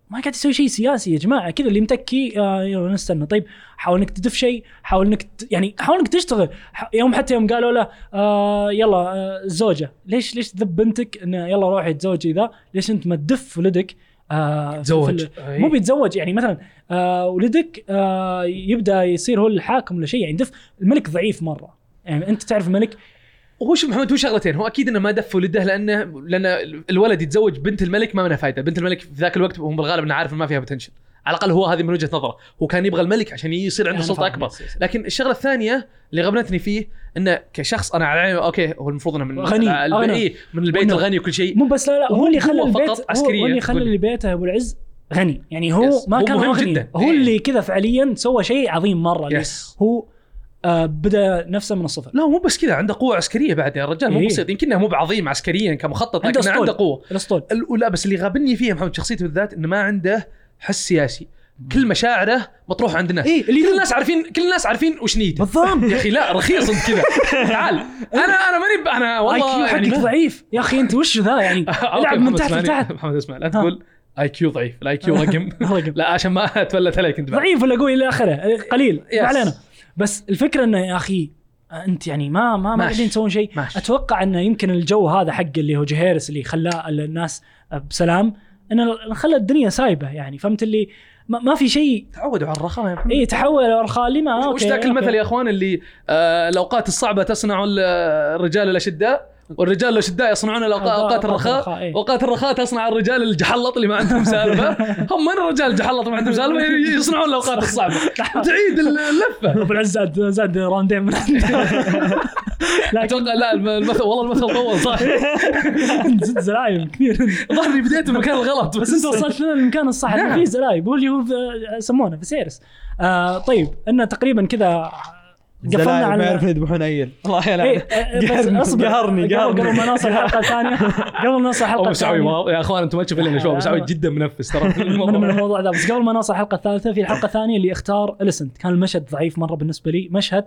ما قاعد يسوي شيء سياسي يا جماعه كذا اللي متكي يلا نستنى. طيب حاول انك تدف شيء، حاول انك يعني حاول انك تشتغل. يوم حتى يوم قالوا له يلا الزوجه ليش تذب بنتك انه يلا روحي تزوجي ذا، ليش انت ما تدف ولدك تزوج مو بيتزوج يعني مثلا ولدك يبدا يصير هو الحاكم ولا شيء يعني. دف الملك ضعيف مره يعني، انت تعرف الملك هو شوف محمد، هو شغلتين، هو اكيد انه ما دف ولده لان الولد يتزوج بنت الملك ما منها فايده. بنت الملك في ذاك الوقت هم بالغالب انه عارف ما فيها بوتنشل، على الاقل هو هذه من وجهه نظره، هو كان يبغى الملك عشان يصير عنده سلطه اكبر. لكن الشغله الثانيه اللي غبنتني فيه انه كشخص انا على اوكي هو المفروض انه من غني من البيت الغني وكل شيء، مو بس لا هو اللي خلى البيت هو اللي خلى اللي بيته ابو العز غني يعني. هو ما كان غني جدا. هو اللي كذا فعليا سوى شيء عظيم مره. هو بدا نفسه من الصفر. لا مو بس كذا، عنده قوه عسكريه بعد يا رجال. مو بسيط، يمكنه مو بعظيم عسكريا كمخطط، لكن عنده قوه الاسطول. لا بس اللي غابني فيه محمد شخصيته بالذات انه ما عنده حس سياسي، كل مشاعره مطروحه عند الناس. اللي كل الناس عارفين وش نيته بالضبط يا اخي. لا رخيص انت كذا تعال انا ماني انا والله حقك يعني ضعيف يا اخي. انت وش ذا يعني العب من تحت لتحت. محمد اسمع لا تقول اي كيو ضعيف، الاي كيو رقم لا عشان ما اتولت عليك انت ضعيف ولا قوي الى اخره قليل ما علينا. بس الفكره انه يا اخي انت يعني ما قاعدين تسوون شيء. اتوقع انه يمكن الجو هذا حق اللي هو جهيرس اللي خلاه الناس بسلام، انه خلى الدنيا سايبه يعني. فهمت اللي ما في شيء. تعودوا على الرخاء يا محمد. تحول على الرخاء اللي ما وش ذاك المثل يا اخوان اللي الاوقات الصعبه تصنع الرجال الاشداء، والرجال الاشداء يصنعون اوقات الرخاء، اوقات الرخاء تصنع الرجال الجحلط اللي ما عندهم سالفه. هم من الرجال الجحلط ما عندهم سالفه يصنعون الاوقات الصعبه. تعيد اللفه. ابو العز زاد راوندين من لا اتوقع لا المثل والله المثل طول صح. زد زلايم كثير. ظهري بديت المكان الغلط بس انت وصلت لنا المكان الصح. في زلايم هو اللي هو يسمونه في سيرس. طيب انه تقريبا كذا قفلنا على ما يعرفون يذبحون عيل. الله يلا قهرني قبل ما نوصل الحلقه الثانيه. قبل نوصل الحلقه الثانيه يا اخوان انتم ما تشوفون لنا شو مسوي جدا منفس ترى من الموضوع ذا. بس قبل ما نوصل الحلقه الثالثه في الحلقه الثانيه اللي اختار إليسنت، كان المشهد ضعيف مره بالنسبه لي. مقروء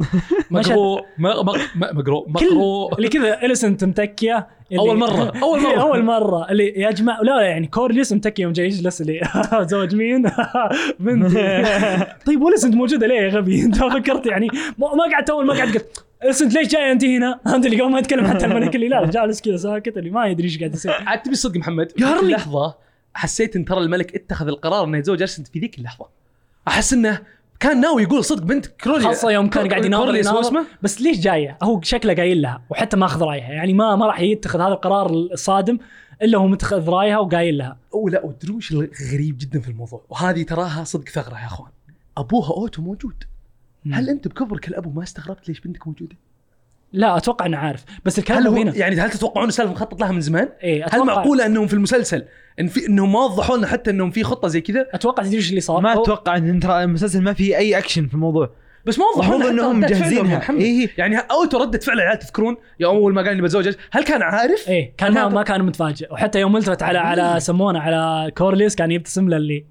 اللي كذا إليسنت متكيه اول مره اللي يا جماعه لا يعني كورليس متكي يوم جاي يجلس اللي زوج مين بنتي. طيب إليسنت موجوده ليه يا غبي؟ انت فكرت يعني ما قعدت اول ما قعدت قلت إليسنت ليش جاي انت هنا؟ انت اللي قبل ما يتكلم حتى الملك اللي لا جالس كذا ساكت اللي ما يدري ايش قاعد يصير. عاد تبي صدق محمد في لحظه حسيت ان ترى الملك اتخذ القرار انه يتزوج إليسنت في ذيك اللحظه. احس انه كان ناوي يقول صدق بنت كرولي، خاصة يوم كان قاعد يناظر. بس ليش جايه؟ هو شكله قايل لها وحتى ما اخذ رايها يعني. ما راح يتخذ هذا القرار الصادم الا هو متخذ رايها وقايل لها. لا ودروش الغريب جدا في الموضوع، وهذه تراها صدق ثغره يا اخوان. ابوها اوتو موجود. هل انت بكبرك الابو ما استغربت ليش بنتك موجوده؟ لا اتوقع انه عارف. بس الكلام هنا يعني هل تتوقعون السالفه مخطط لها من زمان؟ هل معقوله انهم في المسلسل انهم ما وضحوا لنا حتى انهم في خطه زي كذا؟ اتوقع تدري ايش اللي صار. ما اتوقع ان ترى المسلسل ما فيه اي اكشن في الموضوع، بس ما وضحوا لنا انهم مجهزينها. يعني اوتو ردة فعل العيال تذكرون يا اول ما قال اني بتزوج هل كان عارف؟ كان ما كان متفاجئ. وحتى يوم التفت على سمونه على كورليس كان يبتسم له اللي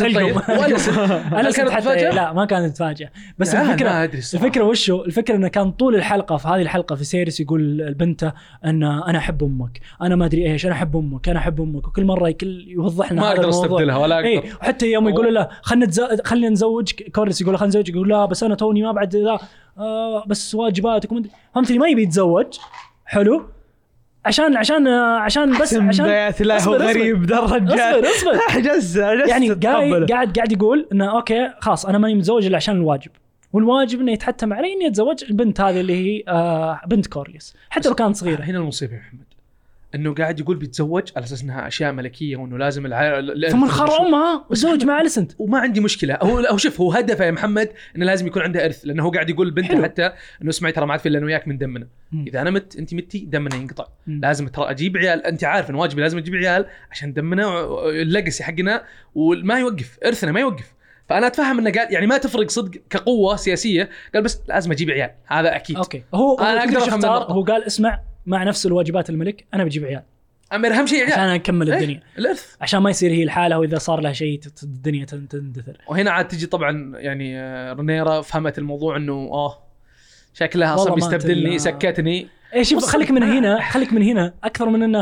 كانت متفاجئ. لا ما كانت متفاجئ. بس الفكره وشو الفكره انه كان طول الحلقه في هذه الحلقه في سيريس يقول البنت ان انا احب امك، انا ما ادري ايش، انا احب امك وكل مره يوضح لنا ما اقدر استبدلها ولا اقدر. وحتى يوم يقول له خلينا نزوج، كورليس يقول له خلينا نزوج، يقول لا بس انا توني ما بعد ذا بس واجباتكم. فهمت لي ما يبي يتزوج حلو عشان بس عشان لا هو غريب ده الرجال. اصبر يعني قاعد يقول انه اوكي خلاص انا ماني متزوج الا عشان الواجب، والواجب انه يتحتم علي اني اتزوج البنت هذه اللي هي بنت كورليس حتى لو كانت صغيره. هنا المصيبه يا محمد انه قاعد يقول بيتزوج على اساس انها اشياء ملكيه وانه لازم ثم خر امها وتزوج مع إليسنت. وما عندي مشكله. هو شوف هو هدفه يا محمد انه لازم يكون عنده ارث، لانه هو قاعد يقول بنته حتى انه اسمعي ترى ما عاد في الا انا وياك من دمنا. اذا انا مت انت متي دمنا ينقطع. لازم ترى اجيب عيال، انت عارف ان واجبي لازم اجيب عيال عشان دمنا الليجاسي حقنا وما يوقف ارثنا ما يوقف. فانا اتفهم انه قال يعني ما تفرق صدق كقوه سياسيه، قال بس لازم اجيب عيال هذا اكيد. اوكي انا اقدر افهم. هو قال اسمع مع نفس الواجبات الملك انا بجيب عيال. اهم شيء عشان نكمل الدنيا الارث، عشان ما يصير هي الحاله واذا صار لها شيء الدنيا تندثر. وهنا عاد تجي طبعا يعني رنيرا فهمت الموضوع انه شكلها اصلا بيستبدلني سكتني. شوف خليك من هنا اكثر من هنا.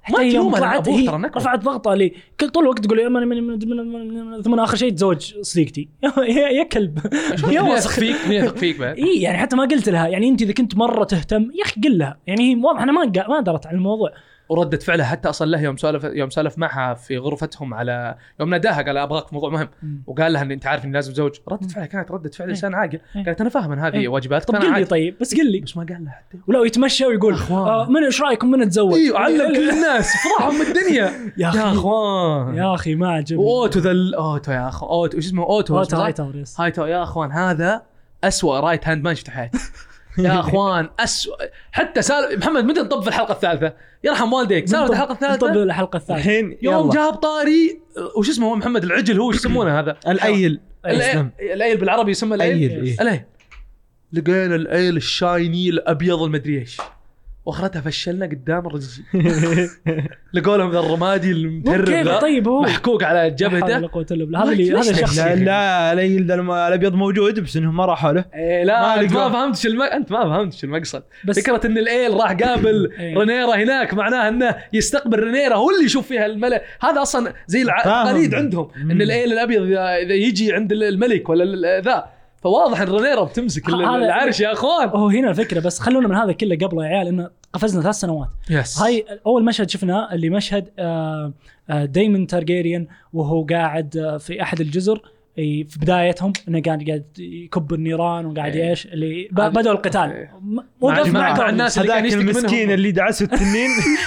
حتى هي تلومها طلعت لأن هي أبوه ترى نكره. رفعت ضغطه لي كل طول الوقت تقول ثم اخر شيء تزوج صديقتي يا كلب يا وسخ مين يثق فيك بعد؟ اي يعني حتى ما قلت لها يعني انت اذا كنت مره تهتم يا اخي قل لها يعني هي واضح انا ما درت على الموضوع. وردة فعلها حتى اصلا له يوم سالف معها في غرفتهم على يوم ناداها قال ابغاك في موضوع مهم وقال لها ان انت عارف اني لازم اتزوج. ردة فعلها كانت ردة فعل انسان عاقل. قالت انا فاهم ان هذه واجباتك. طب قل لي طيب بس قل لي بس ما قال لها حتى. ولا يتمشى ويقول من ايش رايكم من نتزوج؟ ايوه علم كل الناس فرحهم الدنيا يا اخوان يا اخي ما عجبني. اوتو اوتو يا اخو اوتو ايش اسمه اوتو هايتو يا اخوان هذا أسوأ رايت هاند مان شفته في حياتي يا اخوان أسوأ. حتى محمد متى نطب في الحلقه الثالثه يرحم والديك سالفه الحلقه الثالثه نطب الحلقه الثالثه الحين يوم جاب طاري وش اسمه هو محمد العجل هو ايش يسمونه هذا الايل بالعربي يسمى الايل لقينا الايل الشايني الابيض المدري ايش واخرتها فشلنا قدام الرجل لقوا لهم ذا الرمادي المتهرب ذا طيب هو محكوك على جبهته هذا الشخص لا الابيض موجود بس انهم ما راحوا له. لا انت ما فهمتش المقصد. فكره ان الايل راح قابل رينيرا هناك معناها انه يستقبل رينيرا هو اللي يشوف فيها الملك. هذا اصلا زي التقاليد عندهم ان الايل الابيض اذا يجي عند الملك ولا ذا فواضح ان رينيرا بتمسك العرش يا اخوان. هو هنا الفكره بس خلونا من هذا كله قبل يا عيال انه قفزنا 3 سنوات. هاي اول مشهد شفناه اللي مشهد دايمون تارجيريان وهو قاعد في احد الجزر في بدايتهم انه قاعد يكب النيران وقاعد ايش اللي بدأوا القتال وقف مع الناس هذاك المسكين اللي دعسوا التنين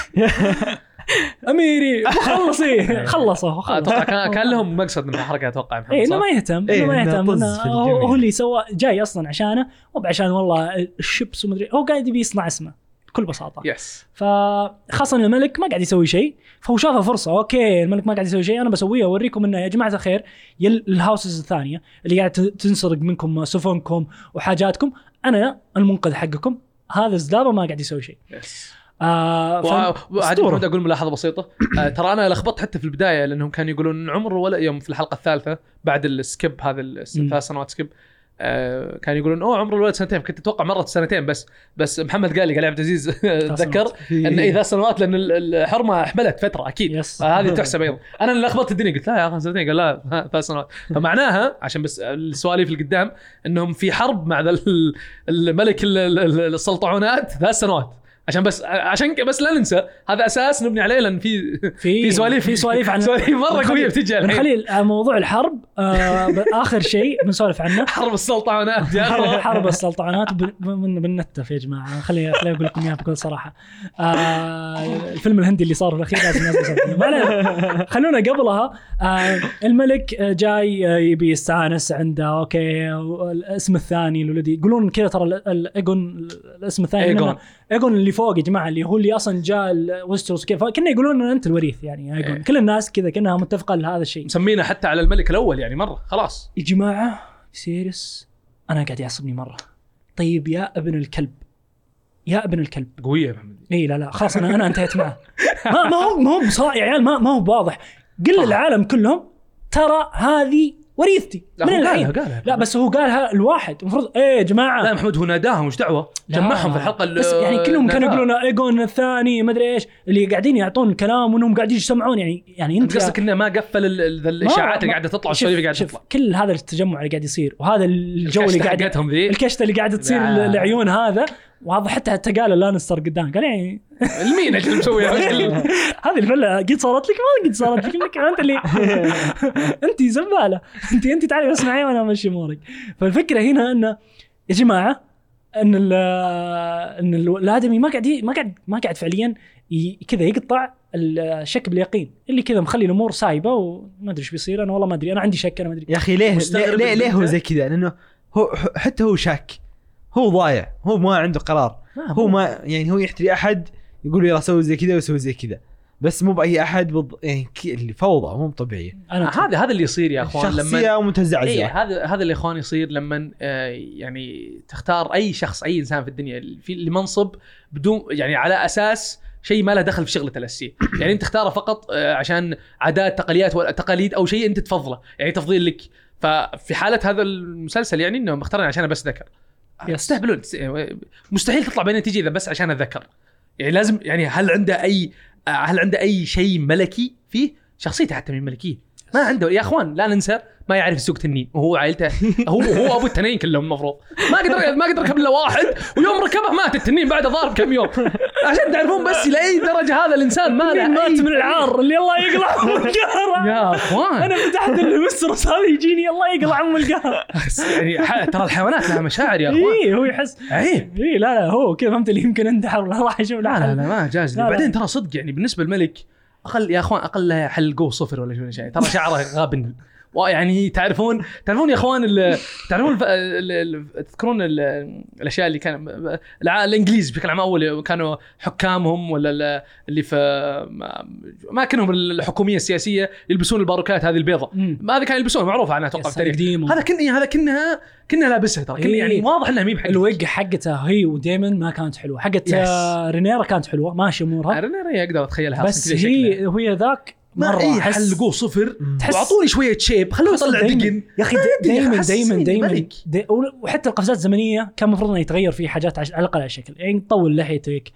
اميري خلصوا اتوقع كان لهم مقصد من الحركه اتوقع محمد انه ما يهتم هو اللي سوى جاي اصلا عشانه مو عشان والله الشيبس ومدري هو قاعد يبي يصنع اسمه بكل بساطه. فخاصه الملك ما قاعد يسوي شيء فهو شافه فرصه اوكي الملك ما قاعد يسوي شيء انا بسويه اوريكم انه يا جماعه الخير الهاوسز الثانيه اللي قاعد تنسرق منكم سفنكم وحاجاتكم انا المنقذ حقكم هذا الزلابه ما قاعد يسوي شيء. وعادي محمد اقول ملاحظه بسيطه ترى انا لخبطت حتى في البدايه لانهم كانوا يقولون عمر ولا يوم في الحلقه الثالثه بعد السكيب هذا 3 سنوات سكيب كانوا يقولون عمر الولد 2 كنت اتوقع مرت 2 بس محمد قال عبد العزيز تذكر ان 3 سنوات لان الحرمه حملت فتره اكيد هذه تحسب ايضا. انا اللي لخبطت الدنيا قلت لا يا اخي 2 قال لا 3 سنوات فمعناها عشان بس السواليف اللي قدام انهم في حرب مع الملك السلطعونات 3 سنوات عشان بس لا ننسى هذا اساس نبني عليه لان في سواليف عن سواليف مره قويه بتجي الحين. نخلي موضوع الحرب اخر شيء بنسولف عنه حرب السلطعونات حرب السلطعونات بالنتف يا جماعه خلي اقول لكم اياها بكل صراحه. الفيلم الهندي اللي صار في الاخير لازم الناس خلونا قبلها الملك جاي يبي يستانس عنده اوكي الاسم الثاني الولدي يقولون كذا ترى الايجون الاسم الثاني ايجون اللي فوق يا جماعه اللي هو اللي اصلا جاء ويستروس كيف كنا يقولون ان انت الوريث يعني ايجون كل الناس كذا كانها متفقه لهذا الشيء مسمينا حتى على الملك الاول يعني مره خلاص يا جماعه سيريس انا قاعد يعصبني مره. طيب يا ابن الكلب قويه يا محمد. اي لا خلاص انا انتهيت معه ما هو بصراحه يا عيال ما هو واضح قل العالم كلهم ترى هذه وريثتي من الحين. لا بس هو قالها الواحد المفروض يا جماعه لا محمود هو ناداهم وش دعوه جمعهم في الحلقه بس يعني كلهم كانوا يقولون ايجون الثاني ما ادري ايش اللي قاعدين يعطون الكلام وانهم قاعدين يسمعون يعني انت قصدك انه ما قفل الاشاعات اللي قاعده تطلع والسواليف اللي قاعده تطلع كل هذا التجمع اللي قاعد يصير وهذا الجو اللي قاعد الكشته اللي قاعده تصير العيون هذا وهذا حتى قال لانستر قدام قال يعني المين ايش مسوي هذه الفله قد صارت لك ما قد صارت لك انك انت اللي انت زباله انت تعالي اسمعي وانا امشي امورك. فالفكره هنا انه يا جماعه ان الادمي ما قاعد فعليا كذا يقطع الشك باليقين اللي كذا مخلي الامور سايبه وما ادري ايش بيصير. انا والله ما ادري انا عندي شك انا ما ادري يا اخي ليه هو زي كذا لانه هو حتى هو شاك هو ضايع هو ما عنده قرار هو ما يعني هو يحتري احد يقول يلا سوي زي كذا وسوي زي كذا بس مو باي احد يعني اللي فوضى مو طبيعيه. هذا اللي يصير يا اخوان لما شخصيه متزعزعه. هذا اللي اخوان يصير لما يعني تختار اي شخص اي انسان في الدنيا في لمنصب بدون يعني على اساس شيء ما له دخل في شغله الاساسيه. يعني انت تختاره فقط عشان عادات تقاليد او شيء انت تفضله يعني تفضيل لك. ففي حاله هذا المسلسل يعني انه مختارين عشان بس ذكر يستهبلون مستحيل تطلع بين نتيجه اذا بس عشان الذكر يعني لازم يعني هل عنده هل عنده اي شيء ملكي فيه؟ شخصيته حتى من ملكيه ما عنده يا اخوان. لا ننسى ما يعرف يسوق تنين وهو عائلته هو ابو التنين كلهم المفروض ما قدر ركب الا واحد ويوم ركبه مات التنين بعد ضارب كم يوم عشان تعرفون بس الى اي درجه هذا الانسان ما له مات من العار اللي الله يقلع ام القهر. يا اخوان انا فتحت المسترس هذا يجيني الله يقلع ام القهر. يعني ترى الحيوانات لها مشاعر يا اخوان. اي هو يحس عيب. اي لا هو كذا فهمت اللي يمكن انتحر ولا راح يشوف لا ما جاز لي. بعدين ترى صدق يعني بالنسبه للملك اقل يا اخوان اقل حلقوه 0 ولا شيء ترى شعره غاب. يعني تعرفون يا اخوان تعرفون تذكرون الاشياء اللي كان الانجليز بشكل عام اول كانوا حكامهم ولا اللي في اماكنهم الحكوميه السياسيه يلبسون الباروكات هذه البيضاء. هذا كان يلبسونها معروفه انا اتوقع في التاريخ. هذا كنا لابسها ترى كنا يعني واضح انها مي بحق. الوج حقتها هي ودايمن ما كانت حلوه. حقت رينيرا كانت حلوه ماشي امورها. رينيرا اقدر اتخيلها بس هي ذاك ما اي حلقوه 0 واعطوني شويه شيب خلوه يطلع دقن يا اخي. دايما وحتى القفزات الزمنيه كان المفروض انه يتغير فيه حاجات على الاقل على شكل يعني طول لحيتك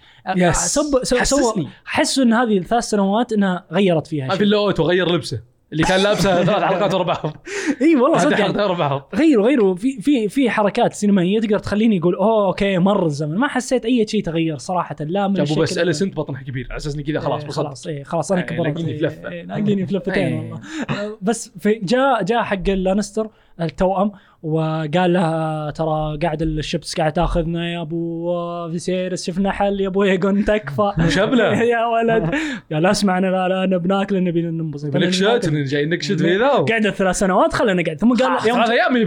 حسوا ان هذه ال3 سنوات انها غيرت فيها شيء. في اللوت وغير لبسه اللي كان لابسه 3 حلقات ورا بعض. اي والله صدق غيروا في حركات سينمائيه تقدر تخليني يقول اوكي مر الزمن. ما حسيت اي شيء تغير صراحه. لا من جابوا بس أليسنت بطنها كبير على اساس اني كذا خلاص خلاص انا كبرت ناقيني في لفتين والله. بس جاء حق لانستر التوأم وقال لها ترى قاعد الشبس قاعد تاخذنا يا ابو فيسيرس شفنا حل يا ابو ايجون تكفى شبله يا ولد. قال اسمع انا بناكل نبي ننبسط بنكشت جاي نكشت في ذا قعد 3 سنوات خلينا نقعد. ثم قال يوم هذا ايام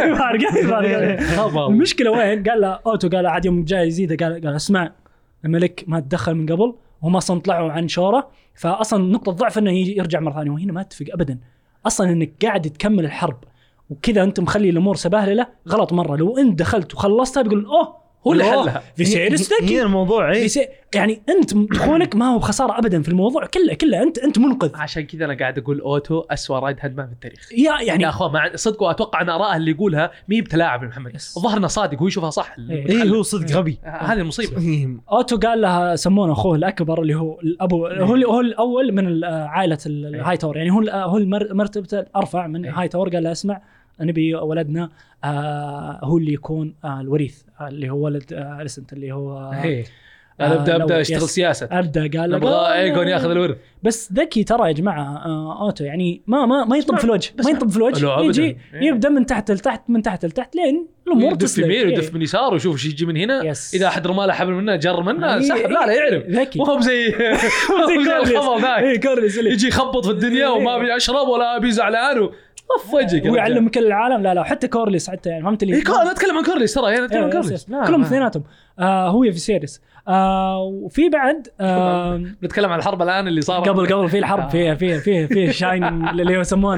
فارق. المشكله وين؟ قال له اوتو قال عاد يوم جاي يزيد قال اسمع الملك ما تدخل من قبل وهم اصلا طلعوا عن شوره فاصلا نقطه ضعف انه يرجع مره ثانيه. وهنا ما اتفق ابدا اصلا انك قاعد تكمل الحرب وكذا انت مخلي الامور سباهله غلط مره. لو انت دخلت وخلصتها بيقول هو اللي حلها في سيرستك. هي الموضوع يعني انت دخولك ما هو خساره ابدا في الموضوع كله انت منقذ. عشان كذا انا قاعد اقول اوتو اسوأ رايد هدمان في التاريخ. يعني يا اخوان مع صدق واتوقع ان اراءه اللي يقولها مي بتلاعب محمد. الظاهر انه صادق هو يشوفها صح. هو صدق غبي. هذه المصيبه. اوتو قال لها سمونه اخوه الاكبر اللي هو الابو هو الاول من عائله الهاي تاور يعني هو مرتبته الارفع من هاي تاور. قال له اسمع نبي ولدنا هو اللي يكون الوريث اللي هو ولد أليسنت اللي هو ابدا اشتغل سياسه. قال ابغى ايجون ياخذ الورث. بس ذكي ترى يا جماعه اوتو يعني ما ينطب في الوجه. ما ينطب في الوجه يجي يبدا من تحت لتحت لين الامور تدف يمين ودف من يسار وشوف ايش يجي من هنا. اذا احد رماله حبل منه جر منه سحب. لا يعرف مو زي الخبل ذاك يجي يخبط في الدنيا وما ابي اشرب ولا ابي زعلان وجهك ويعلم كل العالم. لا حتى كورليس حتى يعني فهمت لي. انا اتكلم عن كورليس ترى انا اتكلم عن كورليس كلهم اثنيناتهم. هو فيسيريس وفي بعد نتكلم عن الحرب الان اللي صار قبل في الحرب في شاين اللي يسمونه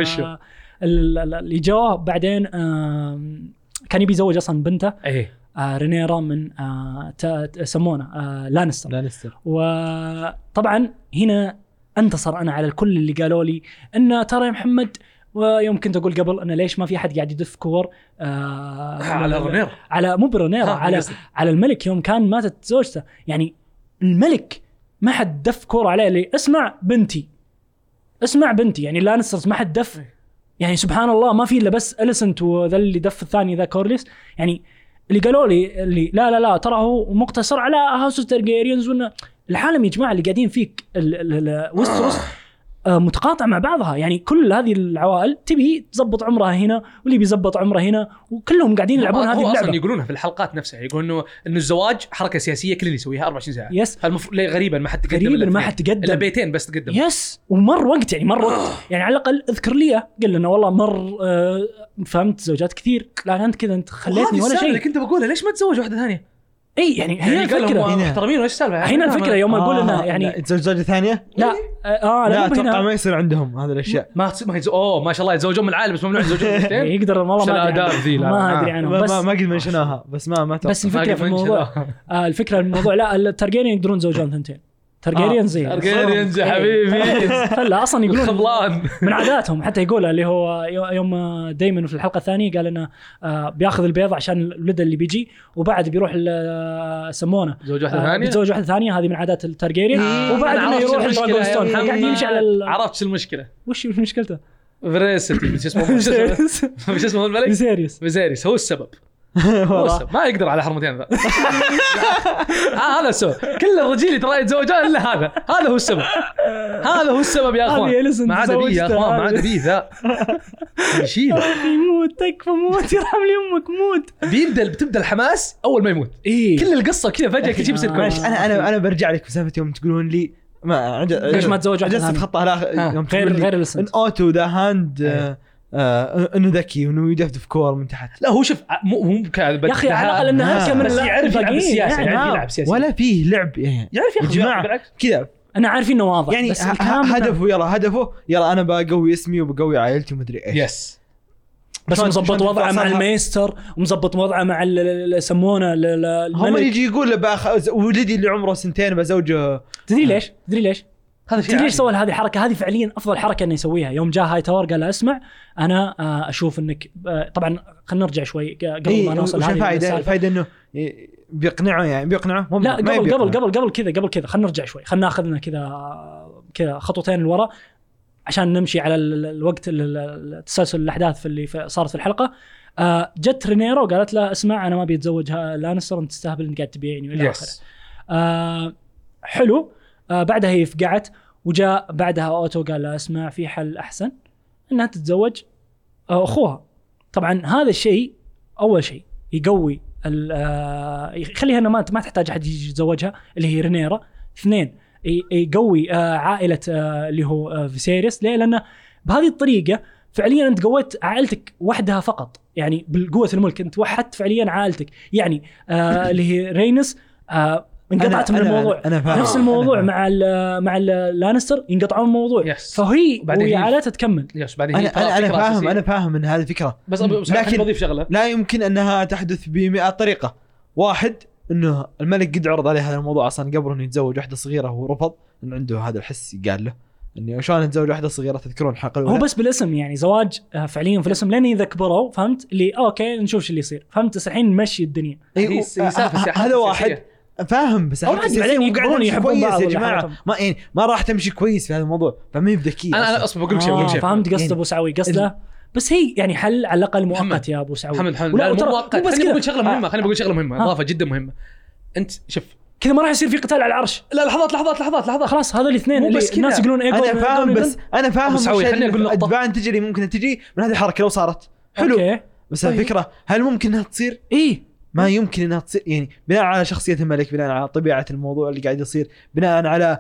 اللي جوه بعدين كان يبي يزوج اصلا بنته رينيرا من يسمونه لانستر. وطبعا هنا انتصر انا على الكل اللي قالوا لي ان ترى يا محمد ويوم كنت اقول قبل أنا ليش ما في أحد قاعد يدف كور على رينيرا على مو برينيرا على الملك يوم كان ماتت زوجته. يعني الملك ما حد دف كور عليه اللي اسمع بنتي يعني لانسترز ما حد دف. يعني سبحان الله ما في إلا بس أليسنت وذا اللي دف الثاني ذا كورليس. يعني اللي قالوا لي اللي لا ترى هو مقتصر على هاوس تارجيريانز وإنه العالم يا جماعة اللي قاعدين فيك ويستروس متقاطع مع بعضها. يعني كل هذه العوائل تبي تزبط عمرها هنا واللي بيزبط عمره هنا وكلهم قاعدين يلعبون هذه اللعبة. أصلا يقولونها في الحلقات نفسها يقولون إنه الزواج حركة سياسية كل اللي يسويها 24 ساعة. غريبا ما حد تقدم إلا بيتين بس تقدم. ومر وقت يعني يعني على الأقل اذكر لي قل لنا والله مر فهمت زوجات كثير. لا أنت كذا أنت خليتني ولا شيء. كنت بقولها ليش ما تزوج واحدة ثانية؟ اي يعني هي الفكره محترمين وش السالفه هنا الفكره يوم اقول انه يعني تزوج ثانيه لا لا اتوقع ما يصير عندهم هذه الاشياء. ما ما شاء الله يتزوجون من العائله بس ممنوع يتزوجون اثنين. يقدر والله ما ادري عنه بس ما قد منشناها بس ما بس الفكره في الموضوع الفكره الموضوع لا التارجيريان يقدرون يتزوجون ثنتين تارجيريانز تارجيريانز يا حبيبي. لا اصلا يقولون خبلان من عاداتهم، حتى يقول اللي هو يوم دايما في الحلقه الثانيه قال انه بياخذ البيض عشان الولد اللي بيجي، وبعد بيروح يسمونه زوج واحده ثانيه، زوج واحده ثانيه، هذه من عادات التارجيريان. وبعد انه يروح الدراغونستون قاعد يمشي على عرفت شو المشكله؟ وش مشكلته؟ فيريسيتي مش اسمه الملك فيزيريس هو السبب. ما يقدر على حرمتين ذا. هذا السبب. كل الرجال ترى يتزوجون الا هذا هو السبب. هذا هو السبب يا اخوان. ما عاد بيه يا اخوان، ما عاد بيه ذا يشيل يموت تكفى موت يرحم لي امك موت. بتبدا الحماس اول ما يموت. كل القصه كذا فجاه كل شيء بيصير كويس. انا برجع لك بسالفه يوم تقولون لي ما ليش ما تزوج واحد ثاني؟ خطها يوم غير ان اوتو ذا هاند انه ذكي وانه يدفدف كور من تحت. لا هو شوف مو كذا يا اخي على الاقل انه كم بس يعرف يلعب السياسه، يعني يلعب سياسه ولا فيه لعب يعني يعرف ياخذ جماعه كذا. انا عارف انه واضح يعني بس هدفه يلا انا بقوي اسمي وبقوي عائلتي ومدري ايش. يس بس مزبط وضعه مع الميستر ومزبط وضعه مع يسمونه هم يجي يقول ولدي اللي عمره 2 بزوجه. تدري ليش هذا شيء ليش سوى هذه الحركه؟ هذه فعليا افضل حركه انه يسويها. يوم جاء هاي تاور قال له اسمع انا اشوف انك طبعا خلينا نرجع شوي قبل ما نوصل هذه الفائده انه بيقنعه لا قبل كذا خلينا نرجع شوي، خلينا ناخذنا كذا خطوتين لورا عشان نمشي على الوقت التسلسل الاحداث في اللي صارت في الحلقه. جت رينيرا وقالت له اسمع انا ما بيتزوجها لانستر، انت تستهبل انك قاعد تبيعني والى اخره. حلو. بعدها هي فقعت وجاء بعدها اوتو قال لا اسمع في حل احسن انها تتزوج اخوها. طبعا هذا الشيء اول شيء يقوي يخليها انها ما تحتاج احد يجي يتزوجها اللي هي رينيرا. 2 يقوي عائله اللي هو فيسيريس. ليه؟ لانه بهذه الطريقه فعليا انت قويت عائلتك وحدها فقط، يعني بالقوه الملك انت وحدت فعليا عائلتك. يعني اللي هي رينس انقطعت من الموضوع. نفس الموضوع مع اللانستر ينقطعون الموضوع. فهي عائلتها تكمل. انا فاهم ان هذه فكره، بس لكن بضيف شغله لا يمكن انها تحدث ب100 طريقه. واحد انه الملك قد عرض عليه هذا الموضوع اصلا قبل انه يتزوج واحده صغيره، وهو رفض انه عنده هذا الحس. قال له اني شلون اتزوج واحده صغيره؟ تذكرون الحلقه هو بس بالاسم يعني زواج فعليا في الاسم لين اذا كبروا فهمت اللي اوكي نشوف شو اللي يصير. فهمت الحين نمشي الدنيا. هذا واحد فاهم. بس بعدين يقعدون يحبون بعض يا جماعه. ما راح تمشي كويس في هذا الموضوع. فما يبدأ انا اصلا بقول لك شيء فهمت قصد ابو سعوي قصده. بس هي يعني حل على الاقل مؤقت يا ابو سعوي. محمد لا مو مؤقت. خليني بقول شغله مهمه اضافه جدا مهمه. انت شوف كذا ما راح يصير في قتال على العرش. لا لحظات خلاص هذا الاثنين اللي الناس يقولون ايجو. انا فاهم خليني اقول نقطه ادبان تجري ممكن تجي من هذه الحركه لو صارت حلو. أوكي. بس الفكره هل ممكن انها تصير؟ ما يمكن انها تصير، يعني بناء على شخصيه الملك، بناء على طبيعه الموضوع اللي قاعد يصير، بناء على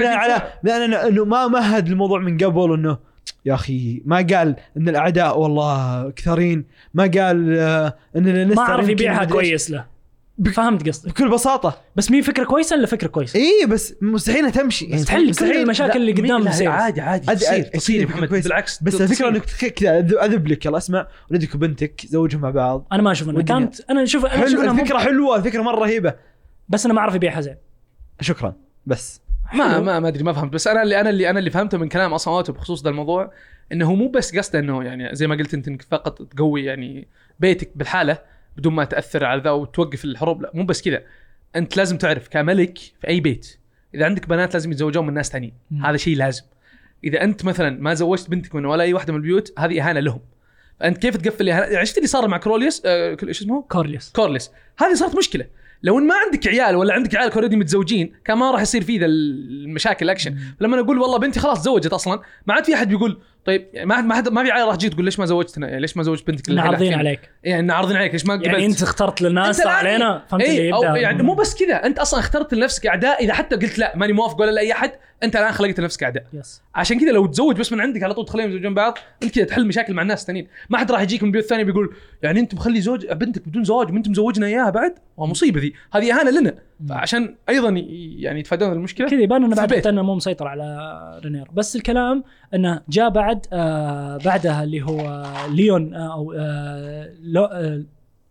انه ما مهد الموضوع من قبل. انه يا اخي ما قال ان الاعداء والله كثيرين، ما قال ان ما عرف يبيعها كويس له. فهمت قصدي بكل بساطه. بس مين فكره كويسه الا فكره كويسه؟ بس مستحيل تمشي يعني تحل كل المشاكل اللي قدام. عادي تصير محمد بالعكس. بس الفكره انك كذا اذب لك يلا اسمع ولدك وبنتك زوجهم مع بعض. انا ما اشوف انها كانت انا اشوف الفكره حلوه، الفكره مره رهيبه، بس انا ما اعرف يبيعها زين. شكرا. بس ما ادري ما فهمت. بس انا اللي فهمته من كلام اصلا اوتو بخصوص ذا الموضوع انه مو بس قصده انه يعني زي ما قلت انت انك فقط تقوي يعني بيتك بالحاله بدون ما تاثر على ذا وتوقف الحروب. لا مو بس كذا، انت لازم تعرف كملك في اي بيت اذا عندك بنات لازم يتزوجون من ناس ثانيين. هذا شيء لازم. اذا انت مثلا ما زوجت بنتك من ولا اي واحده من البيوت هذه اهانه لهم. فانت كيف تقفل عشت اللي صار مع كورليوس ايش اسمه كورليوس هذه صارت مشكله. لو ان ما عندك عيال ولا عندك عيال اوريدي متزوجين كان ما راح يصير فيه ذا المشاكل الاكشن. لما اقول والله بنتي خلاص تزوجت اصلا ما عاد في احد بيقول طيب يعني ما في عيال راح تجي تقول ليش ما زوجتنا، يعني ليش ما زوجت بنتك اللي عارضين عليك، يعني عارضين عليك ليش ما قبلت؟ يعني انت اخترت للناس علينا. فهمت اللي يبدا يعني مو بس كذا، انت اصلا اخترت لنفسك اعداء. اذا حتى قلت لا ماني موافق ولا لاي احد انت الان خلقت لنفسك اعداء. عشان كذا لو تزوج بس من عندك على طول تخليهم يتزوجون بعض انت كذا تحل مشاكل مع الناس الثانيين. ما حد راح يجيك من بيوت ثانيه بيقول يعني انت مخلي زوج بنتك بدون زواج وانت مزوجنا اياها بعد. ومصيبه ذي، هذه اهانه لنا. عشان ايضا يعني يتفادون المشكله كذا يبان انه بعد انه مو مسيطر على رينير. بس الكلام انه جاء بعد بعدها اللي هو ليون او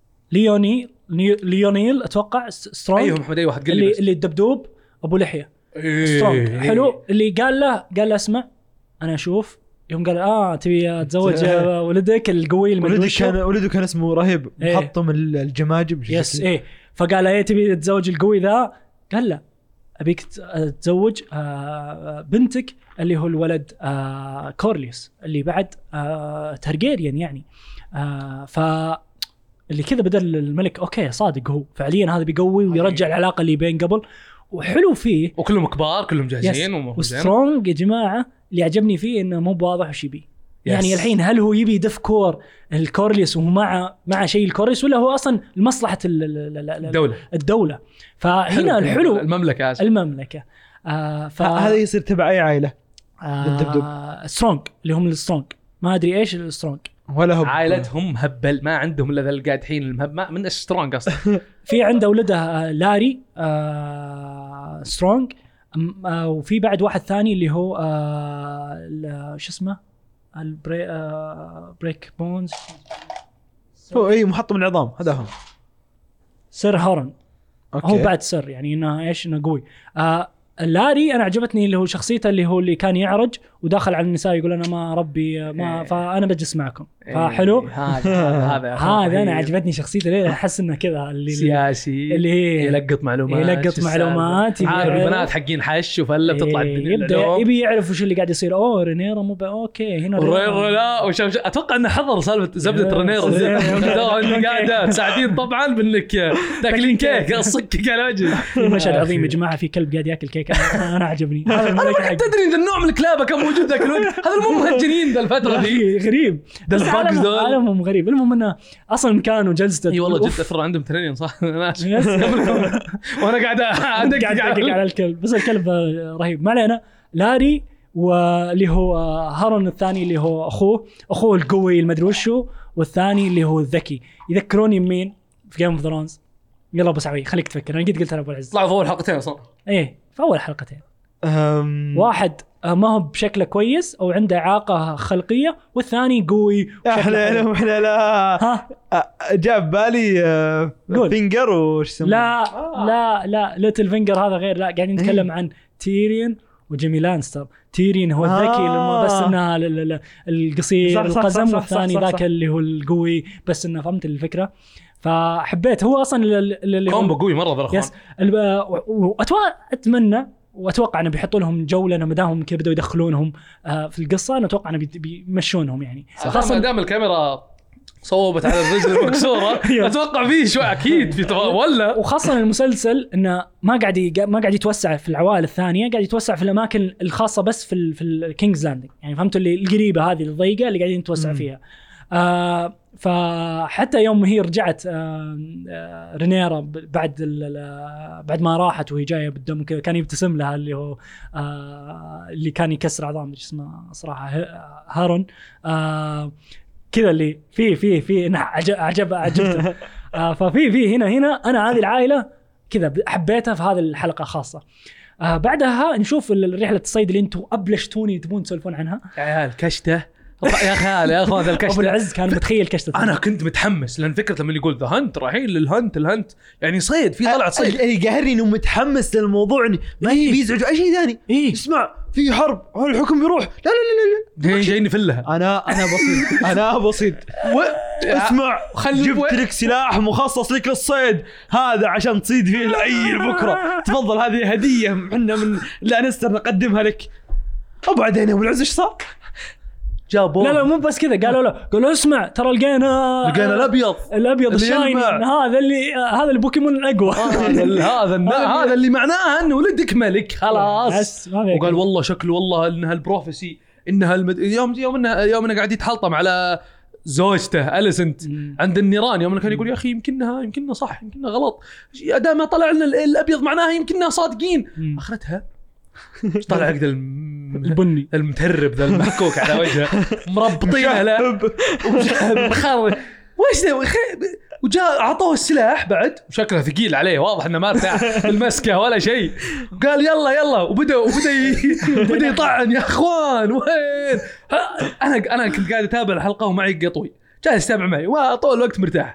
ليونيل اتوقع سترونج. ايوه محمد اي واحد قال لي اللي الدبدوب ابو لحيه سترونج حلو. اللي قال له اسمع انا اشوف يوم قال تبي تزوج ولدك القوي ولده كان اسمه رهيب محطم الجماجم يس فقال تبي تتزوج القوي ذا قال لا ابيك تتزوج بنتك اللي هو الولد كورليوس اللي بعد تارجيريان يعني ف اللي كذا بدل الملك اوكي صادق هو فعليا هذا بيقوي ويرجع العلاقه اللي بين قبل وحلو فيه وكلهم كبار كلهم جاهزين وسترونج يا جماعه. اللي عجبني فيه انه مو واضح وش يبي يعني الحين هل هو يبي يدف كور الكورليوس ومع شيء الكورليوس ولا هو اصلا لمصلحه الدوله فهنا الحلو المملكه هذا يصير تبع اي عائله سترونج اللي هم السترونج ما ادري ايش السترونج ولا هم عائلتهم هبل ما عندهم الا ذا القادحين المهب من سترونج اصلا في عنده ولده لاري سترونج وفي بعد واحد ثاني اللي هو شو اسمه بريك بونز هو محطم العظام هذا هو سير هارن هو بعد سر يعني انه ايش انه قوي. لاري انا عجبتني اللي هو شخصيته اللي كان يعرج وداخل على النساء يقول انا ما ربي ما فانا بجلس معكم فحلو هذا انا عجبتني شخصيته ليه احس انه كذا اللي سياسي اللي يلقط معلومات عارف البنات حقين حش وفله بتطلع الدنيا يبدا يبي يعرف وش اللي قاعد يصير رينيرا مو اوكي هنا لا وشاف اتوقع انه حضر سالفه زبده رينيرا قاعده تساعدين طبعا بانك تاكلين كيك الصك على وجهك. مشهد عظيم يا جماعه في كلب قاعد ياكل كيك انا عجبني. انا تدري ان النوع من الكلاب كان موجود ذاك الوقت هذا مو مهجنين ذا الفتره دي غريب عالمهم غريب. المهم انه اصلا مكان وجلسته اي والله جد اثر عندهم تنين صح انا وانا قاعد ادق على الكلب بس الكلب رهيب. ما علينا. لاري واللي هو هارون الثاني اللي هو اخوه القوي المدري وشو والثاني اللي هو الذكي يذكروني مين في جيم اوف ثرونز. يلا ابو سعوي خليك تفكر انا قد قلت انا ابو العز طلعوا في اول حلقتين اصلا في اول حلقتين واحد ما هو بشكله كويس او عنده اعاقه خلقيه والثاني قوي احنا لا جاب بالي فينجر وش اسمه لا ليتل فينجر هذا غير. لا قاعدين نتكلم عن تيريون وجيمي لانستر. تيريون هو الذكي بس انه القصير القزم والثاني ذاك اللي هو القوي بس انه فهمت الفكره فحبيت. هو اصلا اللي كومبو قوي مره ذا الاخوان. اتمنى واتوقع انه بيحطوا لهم جوله ما دامهم كذا بدوا يدخلونهم في القصه. انا اتوقع انه بيمشونهم يعني خاصه ما دام الكاميرا صوبت على الرجل المكسوره اتوقع فيه شوي اكيد في ولا. وخاصه المسلسل انه ما قاعد يتوسع في العوائل الثانيه قاعد يتوسع في الاماكن الخاصه بس في الكينجز لاندنج يعني فهمتوا اللي القريبه هذه الضيقه اللي قاعدين نتوسع فيها. فحتى يوم هي رجعت رينيرا بعد ما راحت وهي جايه بالدم كذا كان يبتسم لها اللي هو اللي كان يكسر عظام اسمه صراحه هارون كذا اللي في عجبته. ففي هنا انا هذه العائله كذا حبيتها في هذه الحلقه خاصه. بعدها نشوف رحله الصيد اللي انتم ابلشتوني تبون تسولفون عنها يا عيال كشته يا خال يا اخوان الكشته. ابو العز كان متخيل كشته. انا كنت متحمس لان فكره لما يقول ذا هانت رايحين الهنت يعني صيد في طلعت صيد يقهرني انه متحمس للموضوع اني ما يزعج اي شيء ثاني. اسمع في حرب الحكم بيروح لا لا لا لا جايني فلها انا بسيط اسمع جبت لك سلاح مخصص لك للصيد هذا عشان تصيد فيه العيل بكره تفضل هذه هديه احنا من لانستر نقدمها لك. وبعدين ابو العز ايش صار جابوه لا مو بس كذا قالوا اسمع ترى لقينا الابيض الشاين هذا البوكيمون الاقوى هذا اللي معناه انه ولدك ملك خلاص. وقال والله شكله والله انها البروفيسي انها يوم انه قاعد يتحلطم على زوجته أليسنت عند النيران يوم كان يقول يا اخي يمكننا صح يمكننا غلط ادام ما طلع لنا الابيض معناها يمكننا صادقين. اخرتها طلع عقد البني المتهرب ذا المحكوك على وجهه مربطينه له ومخرب وش ذا وجاء عطوه السلاح بعد وشكله ثقيل عليه واضح انه ما ارتاح بالمسكه ولا شيء. قال يلا وبدا يطعن يا اخوان وين. انا كنت قاعد اتابع الحلقه ومعي قطوي جالس يتابع معي وطول الوقت مرتاح.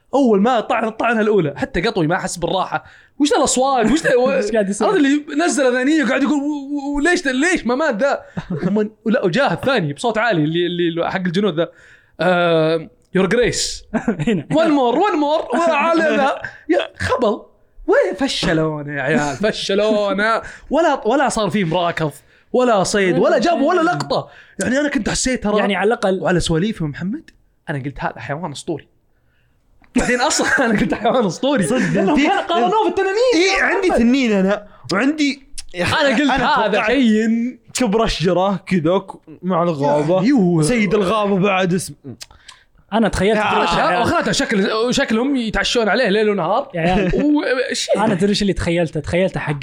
اول ما طعنها الاولى حتى قطوي ما احس بالراحه. وش ذا الاصوات؟ وش قاعد يصير؟ هذا اللي نزل اغنيه وقاعد يقول وليش ما مات ذا. لا وجاه الثاني بصوت عالي اللي حق الجنود ذا يور جريس هنا ون مور وعلى ذا يا خبل. وين فشلونا يا عيال فشلونا. ولا صار فيه مراكض ولا صيد ولا جابوا ولا لقطه. يعني انا كنت حسيت ترى يعني على الاقل وعلى سواليفهم محمد انا قلت هذا حيوان اسطوري. بعدين اصلا انا قلت حيوان اسطوري صدق قارنوه بالتنانين. اي عندي تنين انا وعندي انا قلت هذا عين كبر الشجره كذا مع الغابه سيد الغابه بعد اسم. انا تخيلت واخرتها شكلهم يتعشون عليه ليل ونهار يا عيال. انا تدري ايش اللي تخيلته حق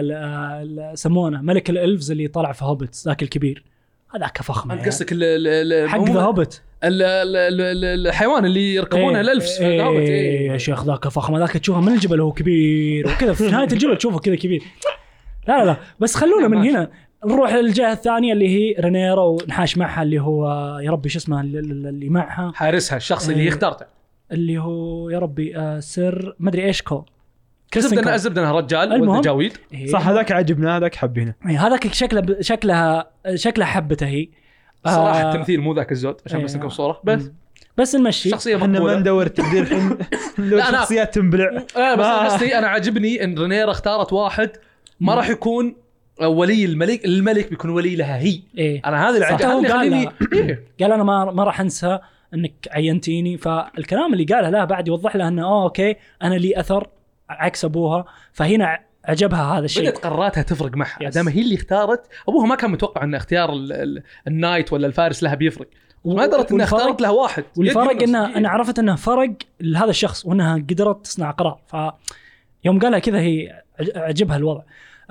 سمونه ملك الالفز اللي طلع في هوبيتس ذاك الكبير هذاك فخم. انت قصدك حق ذا هوبيت الحيوان اللي يركبونه الالفز في الهوبيت. يا شيخ ذاك فخم ذاك تشوفه من الجبل وهو كبير وكذا في نهايه الجبل تشوفه كذا كبير. لا بس خلونا من هنا نروح للجهه الثانيه اللي هي رينيرا ونحاش معها اللي هو يا ربي شو اسمه اللي معها حارسها الشخص اللي اخترته اللي هو يا ربي سر ما ادري ايش كو زبدنا رجال والتجاويد صح. هذاك عجبنا هذاك حبينا هذاك شكلها حبته هي صراحه التمثيل مو ذاك الزود عشان بس نكون صوره بس نمشي شخصيه مقبوله. احنا ما ندور تقدير شخصيات تنبلع. بس قصدي انا عجبني ان رينيرا اختارت واحد ما راح يكون ولي الملك بيكون ولي لها هي. انا هذا اللي عجبني. قال انا ما راح انسى انك عينتيني. فالكلام اللي قاله لها بعد يوضح لها انه اوكي انا لي اثر عكس ابوها. فهنا عجبها هذا الشيء. بدأت قراراتها تفرق معها دام هي اللي اختارت. ابوها ما كان متوقع ان اختيار النايت ولا الفارس لها بيفرق. ما درت انها اختارت لها واحد. والفرق انها عرفت انه فرق لهذا الشخص وانها قدرت تصنع قرار. فيوم قالها كذا هي عجبها الوضع.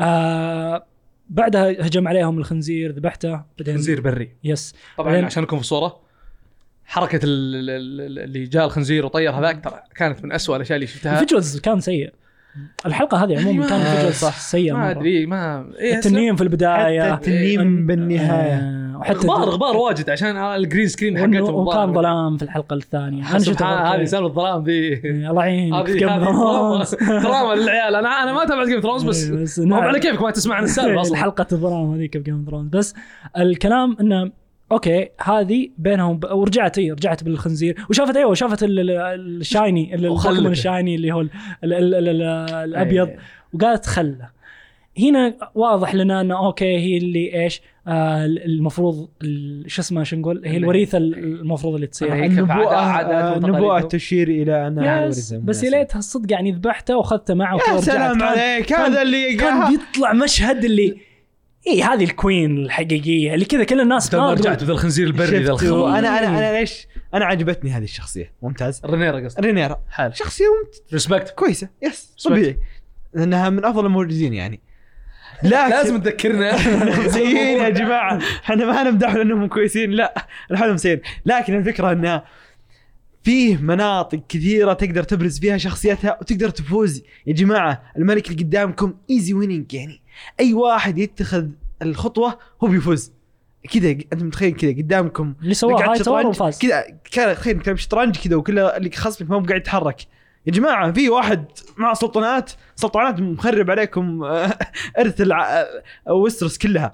بعدها هجم عليهم الخنزير ذبحته. خنزير بري يس طبعا عشان نكون في الصورة. حركة اللي جاء الخنزير وطير هذاك ترى كانت من أسوأ الأشياء اللي شفتها. الفيجوالز كان سيء. الحلقة هذه عموما كان فيجوالز سيء. ما أدري التنين في البداية التنين بالنهاية وحتى غبار واجد عشان الجرين سكرين حقتهم. وكان ظلام في الحلقة الثانية. أنا شفت هذه سالفة الظلام ذي. الله يعينك. دراما للعيال. أنا ما تابعت جيم ثرونز بس ما على كيفك ما تسمع عن السالفة أصلا. الحلقة الظلام هذيك بجيم ثرونز. بس الكلام إنه اوكي هذه بينهم ورجعت بالخنزير وشافت شافت الشايني البوكيمون الشايني اللي هو الابيض وقالت خله. هنا واضح لنا انه اوكي هي اللي ايش المفروض شو اسمه شو نقول هي الوريثه المفروض اللي تصير. النبوءة تشير الى انها ورثه. بس يا ليتها الصدق يعني ذبحته واخذته معه يا سلام عليك. هذا اللي كان بيطلع مشهد اللي هذه الكوين الحقيقيه اللي كذا كل الناس ما رجعت ذا الخنزير البري ذا الخنزير. انا ليش انا عجبتني هذه الشخصيه ممتاز. رينيرا قصدي رينيرا شخصيه ريسبكت كويسه يس طبيعي لانها من افضل الموجودين يعني. لازم تذكرنا زين يا جماعه احنا ما نمدح لانهم كويسين لا الحالهم زين. لكن الفكره انها فيه مناطق كثيره تقدر تبرز فيها شخصيتها وتقدر تفوز. يا جماعه الملك اللي قدامكم ايزي ويننج يعني اي واحد يتخذ الخطوه هو بيفوز كذا. انت متخيل كذا قدامكم اللي سواه هاي فاز كذا تخيل كلام شطرنج كذا وكل اللي خصمك ما هو قاعد يتحرك. يا جماعه في واحد مع سلطنات مخرب عليكم ارث وسترس كلها.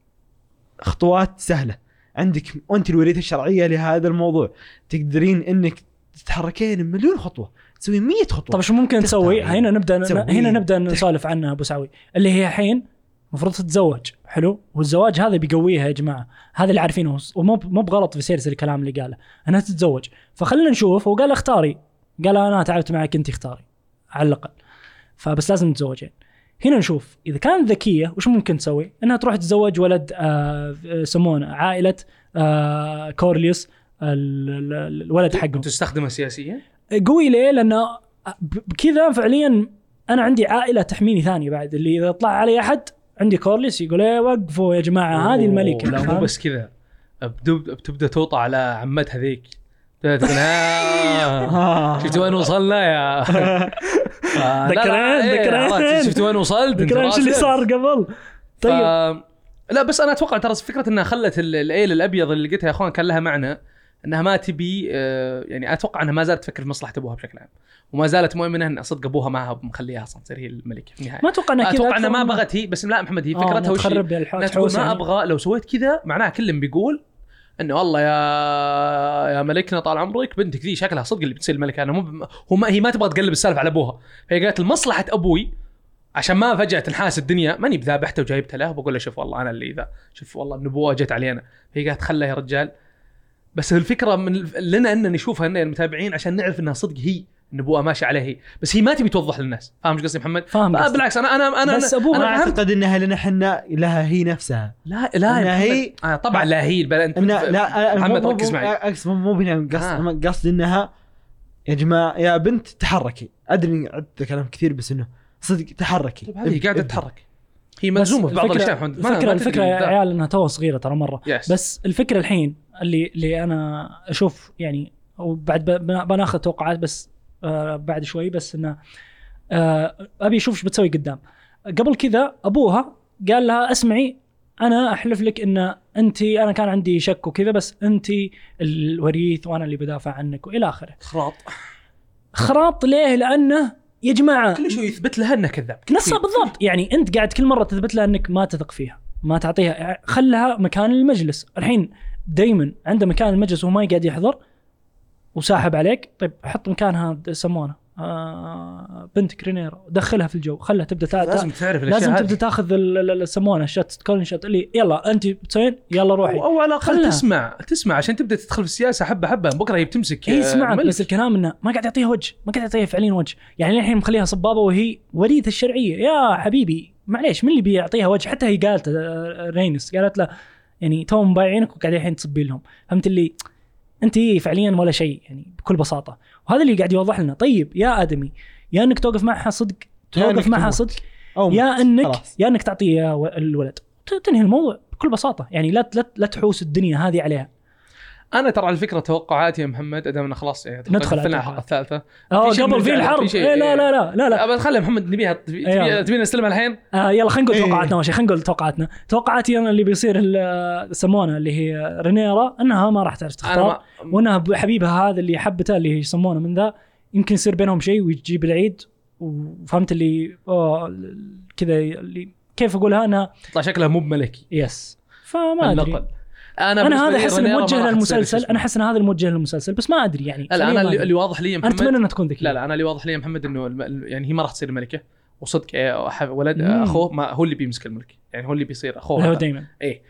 خطوات سهله عندك وانت الوريثه الشرعيه لهذا الموضوع. تقدرين انك تتحركين مليون خطوه تسوي 100 خطوه. طب شو ممكن تسوي؟ هنا نبدا نسولف عنها ابو سعوي اللي هي الحين المفروض تتزوج. حلو والزواج هذا بيقويها يا جماعه. هذا اللي عارفينه ومو بغلط في سيرس الكلام اللي قاله انها تتزوج. فخلينا نشوف. وقال اختاري قال انا تعبت معك انت اختاري على الاقل. فبس لازم تتزوجين. هنا نشوف اذا كانت ذكيه وش ممكن تسوي. انها تروح تتزوج ولد سمونه عائله كورليوس الولد حقهم. تستخدمه سياسيا قوي ليه؟ لانه بكذا فعليا انا عندي عائله تحميني ثانيه بعد. اللي اذا طلع علي احد عندي كورليس يقول ايه وقفوا يا جماعه هذه الملكه. لا مو بس كذا بتبدا توطى على عمتها ذيك تقول شفت وين وصلنا يا ذكرين شفت وين وصلت ذكرين اللي صار قبل. طيب لا بس انا اتوقع ترى فكره انها خلت الايل الابيض اللي قلتها يا اخوان كان لها معنى. انها ما تبي يعني اتوقع انها ما زالت تفكر في مصلحه ابوها بشكل عام، وما زالت مؤمنه ان صدق ابوها معها مخليها اصلا تصير هي الملكه في النهايه. ما اتوقع انها كذا، اتوقع انها ما بغت هي، بس لا محمد هي فكرتها وش تقول ما ابغى لو سويت كذا معناها كلهم بيقول انه والله يا ملكنا طال عمرك بنتك ذي شكلها صدق اللي بتصير الملكه. انا هي ما تبغى تقلب السالفه على ابوها، فهي قالت لمصلحه ابوي عشان ما فجأة تنحاس الدنيا ماني بذابحته وجايبته له وبقول له شوف والله انا اللي ذا، شوف والله النبوه جت علينا. فهي قالت خله يا رجال. بس الفكره من لنا ان نشوفها ان المتابعين عشان نعرف انها صدق هي النبوه ماشيه عليها هي، بس هي ما تبي توضح للناس. فاهم ايش قصدي محمد؟ بالعكس انا بس انا اعتقد انها لنا احنا لها هي نفسها. لا هي طبعا لا هي لا محمد ركز معي. اقصد مو بنا قصد انها يا جماعه يا بنت تحركي. ادري عدت كلام كثير بس انه صدق تحركي. طيب هذه قاعده تتحرك، هي ملزومه في بعض الاشياء. الفكره يا عيال انها تو صغيره ترى مره. بس الفكره الحين اللي انا اشوف يعني وبعد بناخذ توقعات بس بعد شوي، بس انه ابي اشوف ايش بتسوي قدام. قبل كذا ابوها قال لها اسمعي انا احلف لك ان انا كان عندي شك وكذا، بس انت الوريث وانا اللي بدافع عنك والى اخره. خراط ليه؟ لانه يا جماعه كل شيء يثبت لها انه كذاب نصها بالضبط. يعني انت قاعد كل مره تثبت لها انك ما تثق فيها، ما تعطيها، خلها مكان المجلس. الحين دايما عنده مكان المجلس وهو ما قاعد يحضر وساحب عليك، طيب حط مكانها سمونه بنتك رينيرا، دخلها في الجو، خلها تبدا لازم تعرف لازم تبدا تاخذ السمونه الشات كل شات اللي يلا انت بتسوين يلا روحي، او على الاقل تسمع عشان تبدا تدخل في السياسه حبه حبه. بكره هي بتمسك اسمع بس الكلام انه ما قاعد يعطيها وجه، ما قاعد يعطيها فعليا وجه. يعني الحين مخليها صبابه وهي وريث الشرعيه. يا حبيبي معليش من اللي بيعطيها وجه؟ حتى هي قالت رينس قالت له يعني توم بايعينك وقاعد الحين تصبي لهم. فهمت اللي انت فعليا ولا شيء يعني بكل بساطه. وهذا اللي قاعد يوضح لنا. طيب يا ادمي يا انك توقف معها صدق، توقف معها صدق، يا انك تعطيه الولد تنهي الموضوع بكل بساطه. يعني لا تحوس الدنيا هذه عليها. انا ترى على فكره توقعاتي يا محمد ادامنا خلاص يعني ندخل على الثالثه قبل في الحرب. لا ابى نخلي محمد نبيها تبي نستلمها الحين. يلا خلينا نقول توقعاتنا اول شيء. خلينا نقول توقعاتي انا اللي بيصير سمونه اللي هي رينيرا انها ما راح تعرف تختار، وانها حبيبها هذا اللي حبته اللي يسمونه من ذا يمكن يصير بينهم شيء ويجيب العيد. وفهمت اللي كذا اللي كيف اقولها انها تطلع شكلها مو بملكي. يس فما ادري. انا هذا احس انه موجه للمسلسل. انا احس ان هذا الموجه للمسلسل بس ما ادري يعني. لا انا اللي واضح لي محمد، اتمنى انها تكون ذكيه. لا انا اللي واضح لي محمد انه يعني هي ما راح تصير ملكه، وصدق ولد اخوه ما هو اللي بيمسك الملك، يعني هو اللي بيصير اخوه هو دايما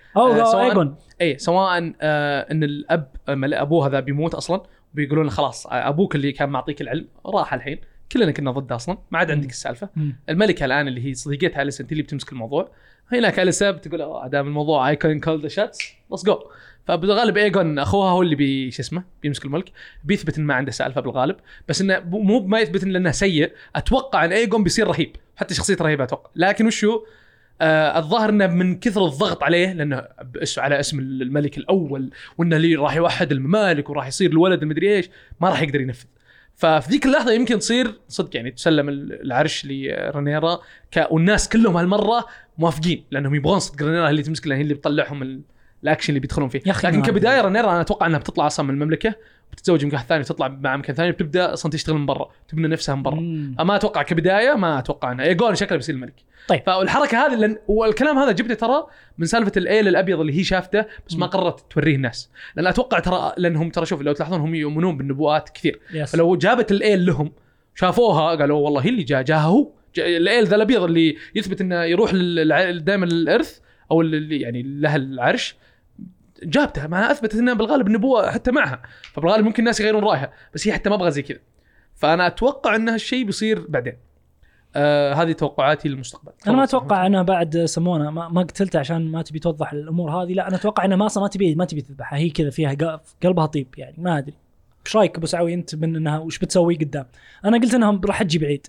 سواء ان الاب ابوه هذا بيموت اصلا وبيقولون خلاص ابوك اللي كان معطيك العلم راح الحين كلنا كنا ضده اصلا ما عاد عندك السالفه. الملكه الان اللي هي صديقتها أليسا اللي بتمسك الموضوع. هناك أليسا بتقول دام الموضوع اي كان كول ذا شاتس ليتس جو. فبالغالب ايجون اخوها هو اللي بيمسك الملك، بيثبت ان ما عنده سالفه بالغالب، بس انه مو ما يثبت ان لانه سيء. اتوقع ان ايجون بيصير رهيب، حتى شخصيته رهيبه اتوقع. لكن وشو الظاهر انه من كثر الضغط عليه لانه على اسم الملك الاول وانه اللي راح يوحد الممالك وراح يصير الولد المدري ايش، ما راح يقدر ينفذ. ففي ذيك اللحظه يمكن تصير صدق يعني تسلم العرش لرينيرا والناس كلهم هالمره موافقين لانهم يبغون صدق رينيرا اللي تمسك، لان هي اللي بتطلعهم الاكشن اللي بيدخلون فيه. لكن كبدايه رينيرا انا اتوقع انها بتطلع اصلا من المملكه بتتزوج مكان ثاني وتطلع مع مكان ثاني بتبدا اصلا تشتغل من برا، تبني نفسها من برا. اما اتوقع كبدايه ما اتوقع انها ايجون شكله بيصير الملك. طيب فالحركه هذه والكلام هذا جبته ترى من سالفه الايل الابيض اللي هي شافته بس ما قررت توريه الناس، لان اتوقع ترى لانهم ترى شوف لو تلاحظون هم يؤمنون بالنبوات كثير. فلو جابت الايل لهم شافوها قالوا والله هي اللي جاها هو الايل ذا الابيض اللي يثبت انه يروح دائما للارث او اللي يعني له العرش، جابتها مع اثبتت انها بالغالب النبوه حتى معها، فبالغالب ممكن الناس يغيرون رايها، بس هي حتى ما ابغى زي كذا. فانا اتوقع ان هالشيء بيصير بعدين. هذه توقعاتي للمستقبل. انا ما اتوقع انها بعد سمونه ما قتلت عشان ما تبي توضح الامور هذه. لا انا اتوقع انها ما تبي تذبحها، هي كذا فيها قلبها طيب يعني. ما ادري ايش رايك ابو سعوي انت من انها وش بتسوي قدام؟ انا قلت انها راح تجي بعيد.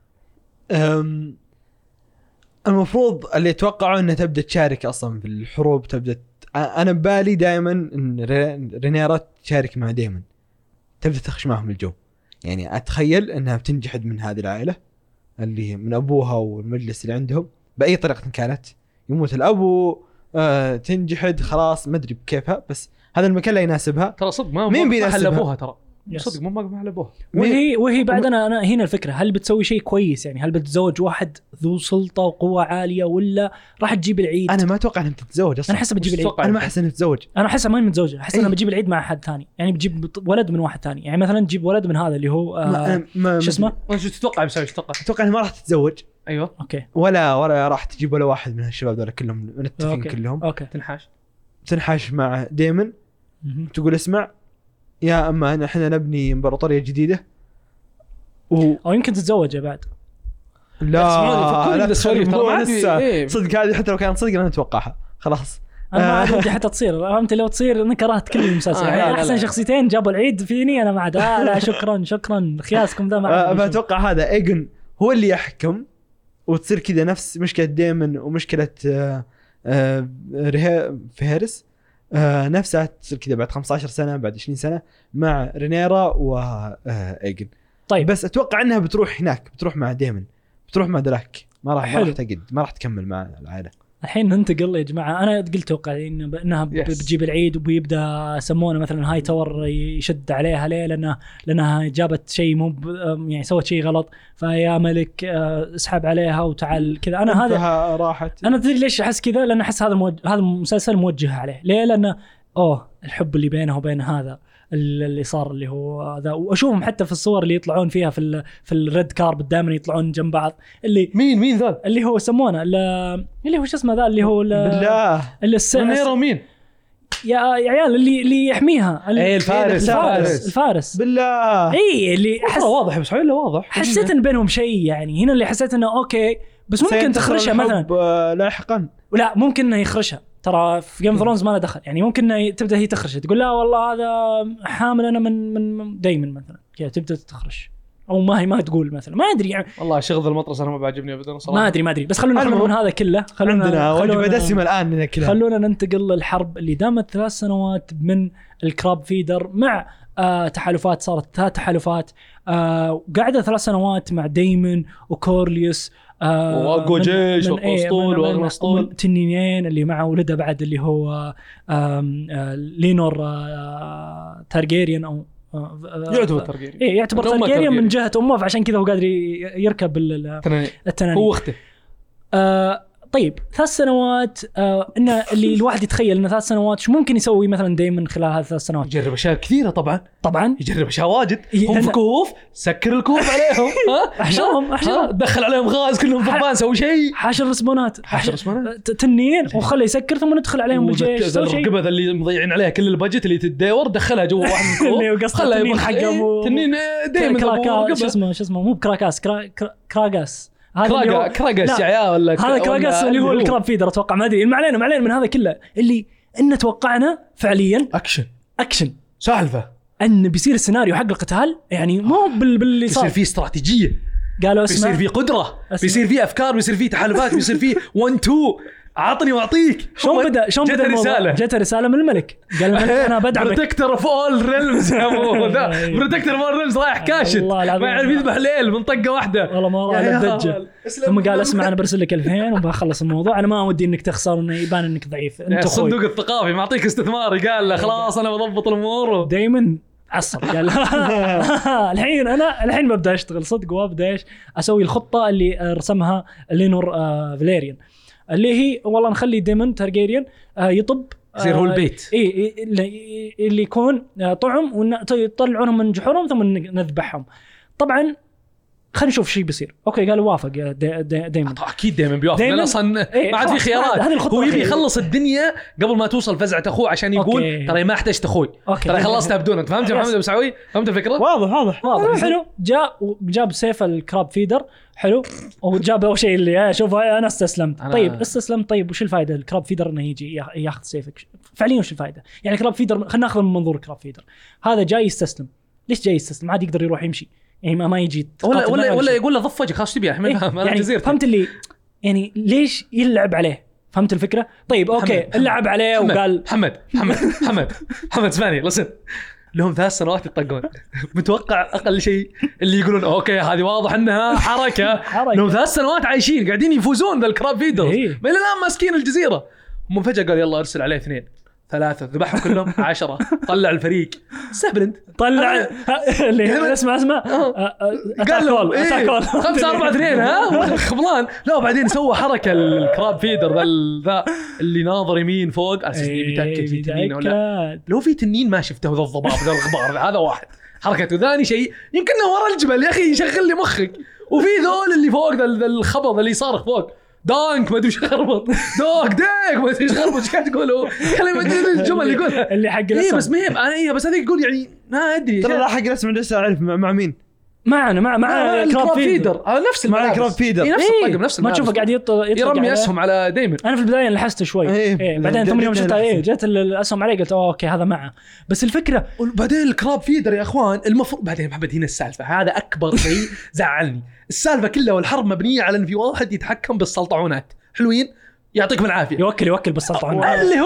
المفروض اللي يتوقعوا انها تبدا تشارك اصلا في الحروب، تبدا انا ببالي دائما ان رينيرا تشارك مع دايما، تبدا تخش معهم الجو. يعني اتخيل انها بتنجحد من هذه العائله اللي من ابوها والمجلس اللي عندهم باي طريقه كانت، يموت الابو تنجحد خلاص ما ادري بكيفها، بس هذا المكان لا يناسبها. ترى صدق ما مين بيناسبها؟ حلبوها ترى صدق ما حلبوها. وهي بعد انا هنا الفكره، هل بتسوي شيء كويس يعني؟ هل بتتزوج واحد ذو سلطه وقوه عاليه ولا راح تجيب العيد؟ انا ما اتوقع انها تتزوج اصلا. انا احس بتجيب العيد. انا ما احس انها تتزوج. انا احس ما هي متزوجه، احس انها بتجيب العيد مع حد ثاني يعني، بتجيب ولد من واحد ثاني يعني. مثلا تجيب ولد من هذا اللي هو شو اسمه، شو تتوقع بيسوي؟ اتوقع انها ما راح تتزوج. ايوه اوكي. ولا راح تجيب ولا واحد من هالشباب دول كلهم متفقين كلهم. اوكي. تنحاش مع ديمن تقول اسمع يا اما احنا نبني امبراطوريه جديده او يمكن تتزوجه بعد. لا السواليف ترى صدق هذه حتى لو كانت صدق انا اتوقعها خلاص. انا ما ودي حتى تصير، فهمت؟ لو تصير انا كرهت كل المسلسل يعني. احسن شخصيتين جابوا العيد فيني انا ما عاد. لا شكرا خياسكم ذا ما اتوقع هذا ايجن هو اللي يحكم وتصير كذا نفس مشكله ديمن ومشكله فيهرس نفسها تصير كذا بعد 15 سنه بعد 20 سنه مع رينيرا وايجن. طيب بس اتوقع انها بتروح هناك، بتروح مع ديمن، بتروح مع دراك، ما راح تكمل مع العائله. الحين ننتقل يا جماعه. انا قلت توقع انها بتجيب العيد وبيبدا يسمونه مثلا هاي تاور يشد عليها ليه، لانها جابت شيء مو يعني سوت شيء غلط، فيا ملك اسحب عليها وتعال كذا. انا هذا راحت. انا تدري ليش احس كذا؟ لان احس هذا المسلسل موجه عليه. ليه؟ لانه الحب اللي بينه وبين هذا اللي صار اللي هو ذا. واشوفهم حتى في الصور اللي يطلعون فيها في الريد كاربت دائما يطلعون جنب بعض. اللي مين ذا اللي هو يسمونه اللي هو شو اسمه ذا اللي هو بالله اللي مين يا عيال اللي يحميها الفارس بالله. اي اللي احس واضح بس ولا واضح حسيت ان بينهم شيء يعني. هنا اللي حسيت انه اوكي بس ممكن تخرجها مثلا لاحقا. ولا ممكن انه يخرجها. ترى في جيم اوف ثرونز ما له دخل يعني. ممكن انه تبدا هي تخرج تقول لا والله هذا حامل انا من دايما مثلا كذا تبدا تخرج، او ما تقول مثلا ما ادري يعني. والله شغل المطرس انا ما بعجبني ابدا صراحه. ما ادري بس خلونا نخرج من هذا كله. عندنا وجبه دسمه الان كذا. خلونا ننتقل للحرب اللي دامت 3 سنوات من الكراب فيدر مع تحالفات. صارت 3 تحالفات قاعده 3 سنوات مع دايمن وكورليوس واقوى جيش واسطول واغنسطول تنينين اللي معه ولده بعد اللي هو لينور تارجيريان او يعتبر تارجيريان. يعتبر تارجيريان من جهه امه، فعشان كذا هو قادر يركب التنانين. هو اخته. طيب 3 سنوات ان اللي الواحد يتخيل ان 3 سنوات شو ممكن يسوي مثلا دايما خلال هذه 3 سنوات؟ يجرب اشياء كثيره طبعا يجرب اشياء واجد. هم في كهوف، سكر الكهوف عليهم احشرهم دخل عليهم غاز كلهم ضبان، سوي شيء، حاشر رسمونات تنين وخليه يسكر ثم ندخل عليهم بالجيش. سوي شيء الرقبه اللي مضيعين عليها كل البادجت اللي تدور دخلها جوا واحد من الكهوف. خلاه تنين حقهم تنين دائما شو اسمه مو بكراكاس كراغاس كراغاس يا عيال ولا هذا كراغاس اللي هو الكراب فيدر اتوقع. ما ادري. ما علينا من هذا كله اللي ان توقعنا فعليا اكشن سالفه ان بيصير السيناريو حق القتال يعني مو باللي صار. بيصير فيه استراتيجيه، قالوا اسمع، بيصير فيه قدره، بيصير فيه افكار، بيصير فيه تحالفات، بيصير فيه 1 2 عطني واعطيك. شلون بدا الموضوع؟ جت رساله من الملك قال الملك انا بدعمك بروتكتور اوف اول ريلمز يا ابو ذا بروتكتور اوف اول ريلمز رايح كاشت ما يعرف يذبح ليل من طقه واحده والله ما راح الدجه. ثم قال اسمع انا برسل لك 2000 وبخلص الموضوع. انا ما ودي انك تخسر وانه يبان انك ضعيف. انت الصندوق الثقافي معطيك استثماري قال له خلاص انا بضبط الامور. دايما عصب قال الحين ببدا اشتغل صدق وابدا اسوي الخطه اللي رسمها لينور فاليريان اللي هي والله نخلي ديمون تارجيريان يطب يصير هو البيت اللي يكون طعم ويطلعونهم من جحورهم ثم نذبحهم. طبعا خلينا نشوف شيء بيصير. اوكي قالوا وافق دايما اكيد دايما بيوافق لان اصلا ما عاد في خيارات. هو يبي يخلص الدنيا قبل ما توصل فزعه اخوه عشان يقول ترى ما احتجت اخوي، ترى خلصتها بدونك. فهمت يا محمد ابو سعوي؟ فهمت الفكره؟ واضح حلو. جاب سيف الكراب فيدر حلو وجاب اول شيء اللي شوف انا استسلمت. طيب استسلمت. طيب وش الفائده الكراب فيدر انه يجي ياخذ سيفك فعليا؟ وش الفائده يعني الكراب فيدر؟ خلينا ناخذ من منظور الكراب فيدر. هذا جاي يستسلم. ليش جاي يستسلم؟ عادي يقدر يروح يمشي يعني ما يجي ولا يقول له ضف وجهك خلاص تبي احمد يعني جزيرتي. فهمت اللي يعني ليش يلعب عليه؟ فهمت الفكره؟ طيب اوكي اللعب عليه وقال محمد اسمعني لسن لهم 3 سنوات يطقون. متوقع اقل شيء اللي يقولون اوكي هذه واضح انها حركه. لهم 3 سنوات عايشين قاعدين يفوزون بالكراب فيدرز ما الان ماسكين الجزيره. هم فجاه قال يلا ارسل عليه 2 3 ذبحهم كلهم 10 طلع الفريق استهبل طلع اللي اسمع قال له 5-4-2 ها خبلان. لا بعدين سوى حركه الكراب فيدر ذا اللي ناظر يمين فوق على اساس بيتاكد في تنين ولا لو في تنين ما شفته ذا الضباب ذا الغبار. هذا واحد حركته. ثاني شيء يمكننا ورا الجبل يا اخي شغل لي مخك. وفي ذول اللي فوق ذا الخبض اللي صارخ فوق دانك ما ادري ايش خربط دوك ديك ما ادري ايش خربط ايش قاعد تقولوا خلي ما ادري الجمل اللي يقولها اللي حق الاسم. بس مهم انا بس هذيك يقول يعني ما ادري ترى حق الاسم لسه اعرف مع مين معنا مع كراب فيدر نفس مع كراب فيدر نفس الطقم نفس ما تشوفه قاعد يرمي اسهم على دايمن. انا في البدايه لاحظت شوي بعدين ثم يوم شفتها جت الاسهم عليه قلت اوكي هذا معه. بس الفكره وبعدين الكراب فيدر يا اخوان المفروض بعدين محمد هنا السالفه هذا اكبر شيء زعلني. السالفه كلها والحرب مبنيه على ان في واحد يتحكم بالسلطعونات حلوين يعطيكم العافيه يوكل بالسلطعون اللي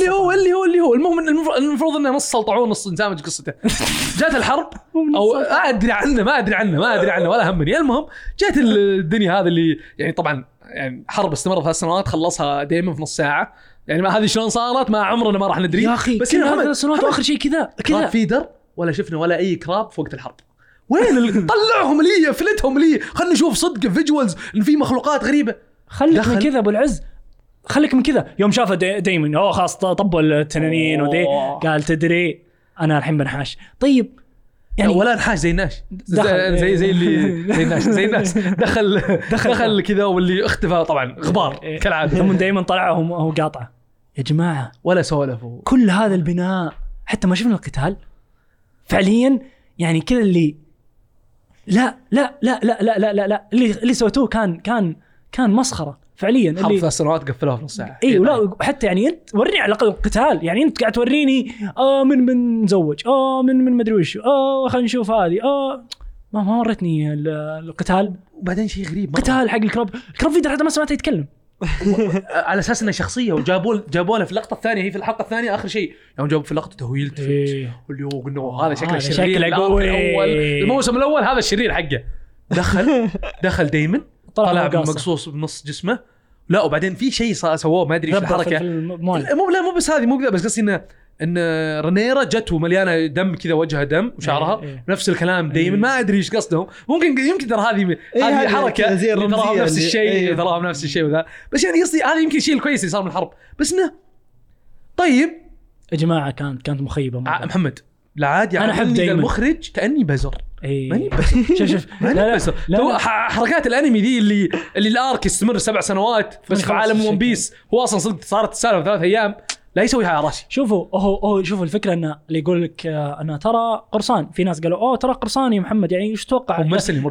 هو المهم المفروض انه نص سلطعون نص انسامج قصته. جات الحرب او ما ادري عنه ولا همني. المهم جات الدنيا هذا اللي يعني طبعا يعني حرب استمرت 3 سنوات خلصها دايما في نص ساعه. يعني ما هذه شلون صارت ما عمرنا ما راح ندري. يا اخي بس هنا 3 سنوات واخر شيء كذا فيدر ولا شفنا ولا اي كراب في وقت الحرب. وين طلعهم لي فلتهم لي خلنا نشوف صدق فيجوالز ان في مخلوقات غريبه. خليك من كذا ابو العز خليك من كذا. يوم شافه دايما خلاص طبوا التنانين ودي قال تدري انا الحين بنحاش. طيب يعني ولا نحاش زي الناش زي اللي زي الناس دخل كذا واللي اختفى طبعا غبار كالعاده. ثم دايما طلعهم وهو قاطعه يا جماعه ولا سولفوا كل هذا البناء حتى ما شفنا القتال فعليا. يعني كذا اللي لا لا لا لا لا لا لا, لا. اللي سويتوه كان مسخره فعليا. اللي 5 سنوات قفلوها في نص ساعه. اي ولا حتى يعني انت ورني على الاقل القتال. يعني انت قاعد توريني من مزوج من مدري وش خلينا نشوف هذه ما ورتني القتال. وبعدين شيء غريب قتال حق الكراب فيدر حتى ما سمعته يتكلم على اساس انه شخصيه. وجابوا له في اللقطه الثانيه هي في الحلقه الثانيه اخر شيء يوم جابوا في لقطته هو يلتفت واللي هو قلنا هذا شكله شرير الاول الموسم الاول هذا الشرير حقه. دخل دايما طلع مقصوص بنص جسمه. لا وبعدين في شيء سووه ما ادري ايش الحركه مو بس هذه مو بس قصدي ان رينيرا جت ومليانه دم كذا وجهها دم وشعرها نفس الكلام دايما ما ادري ايش قصدهم. يمكن ترى هذه حركه تراها نفس الشيء تراها نفس الشيء وذا. بس يعني قصدي هذا يمكن شيء الكويس اللي صار من الحرب. بس انه طيب يا جماعه كانت مخيبه محمد لا عادي انا احب دايما المخرج كاني بزر ماني بس شوف لا حركات الانمي دي اللي الارك يستمر 7 سنوات بس في عالم ون بيس هو اصلا صدق صارت السالفه 3 ايام لا يسويها على راسي. شوفوا شوفوا الفكره ان اللي يقول لك انا ترى قرصان. في ناس قالوا ترى قرصان يا محمد يعني ايش تتوقع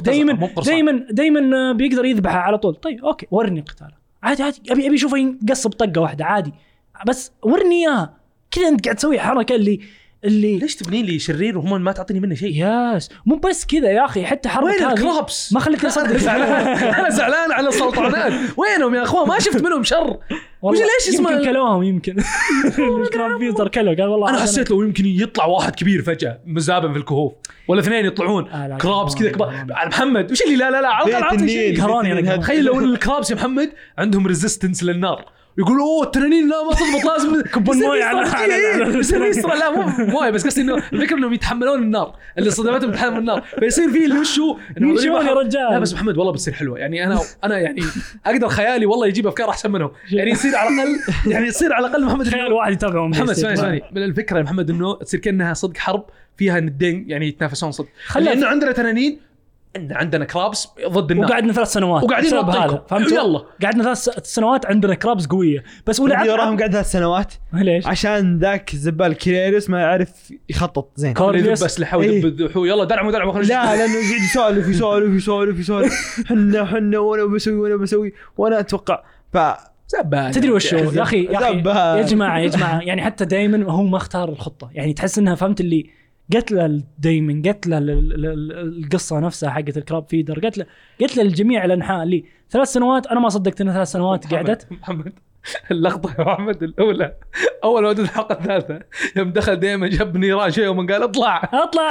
دايما بيقدر يذبحها على طول. طيب اوكي ورني قتاله عادي ابي اشوفه ينقص بطقه واحده عادي بس ورني اياها كذا. انت قاعد تسوي حركه اللي ليش تبنين لي شرير وهم ما تعطيني منه شيء؟ ياس مو بس كذا يا اخي حتى حركه الكرابس ما خليتني اصدق. انا زعلان على السلطعونات وينهم يا اخوان ما شفت منهم شر. وش ليش اسمه يمكن كلوهم يمكن الكراب فيزر كلو قال والله انا حسيت لو يمكن يطلع واحد كبير فجأة مزابن في الكهوف ولا 2 يطلعون كرابس كذا كبار. محمد وش اللي لا عطني كراني. تخيل لو الكرابس يا محمد عندهم ريزيستنس للنار يقولوا التنانين لا ما تضبط لازم كبن مويه على يسرى. لا مو مويه بس قصدي انه الفكره انهم يتحملون النار اللي صدمتهم تتحمل النار فيصير فيه اللي وشو يا رجال. لا بس محمد والله بتصير حلوه. يعني انا يعني اقدر خيالي والله يجيب افكار احسن منهم. يعني يصير على الاقل محمد خيال واحد يتابعهم. محمد اسمعني من الفكره يا محمد انه تصير كانها صدق حرب فيها ندين يعني يتنافسون صدق. لانه عندنا تنانين عندنا كرابس ضد النار وقعدنا 3 سنوات وقاعدين هذا فهمت. يلا قعدنا 3 سنوات عندنا كرابس قويه بس وراهم قعد 3 سنوات ليش؟ عشان ذاك الزبال كيريروس ما يعرف يخطط زين بس لحول يلا درعوا لا لانه قاعد يسولف حنا وانا بسوي وانا اتوقع تدري وش يا اخي يا جماعه يعني حتى دايما هو ما اختار الخطه. يعني تحس انها فهمت اللي قتل دايما قتل القصه نفسها حقت الكراب فيدر قتل الجميع الانحاء اللي 3 سنوات. انا ما صدقت ان 3 سنوات قعدت محمد اللقطه يا محمد الاولى اول ما بدأت الحلقه الثالثه يوم دخل دائما جاب نيران شيء ومن قال اطلع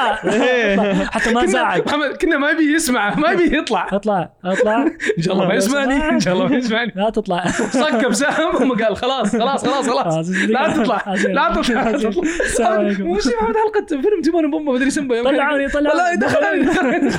حتى ما زعق محمد كنا ما يبي يسمع ما يبي يطلع اطلع ان شاء الله ما يسمعني ان شاء الله ما يسمعني لا تطلع صكب سهم وما قال خلاص لا تطلع السلام عليكم مش محمد حلقه فيلم تيمون بومبا مدري سمبا طلعوني لا دخل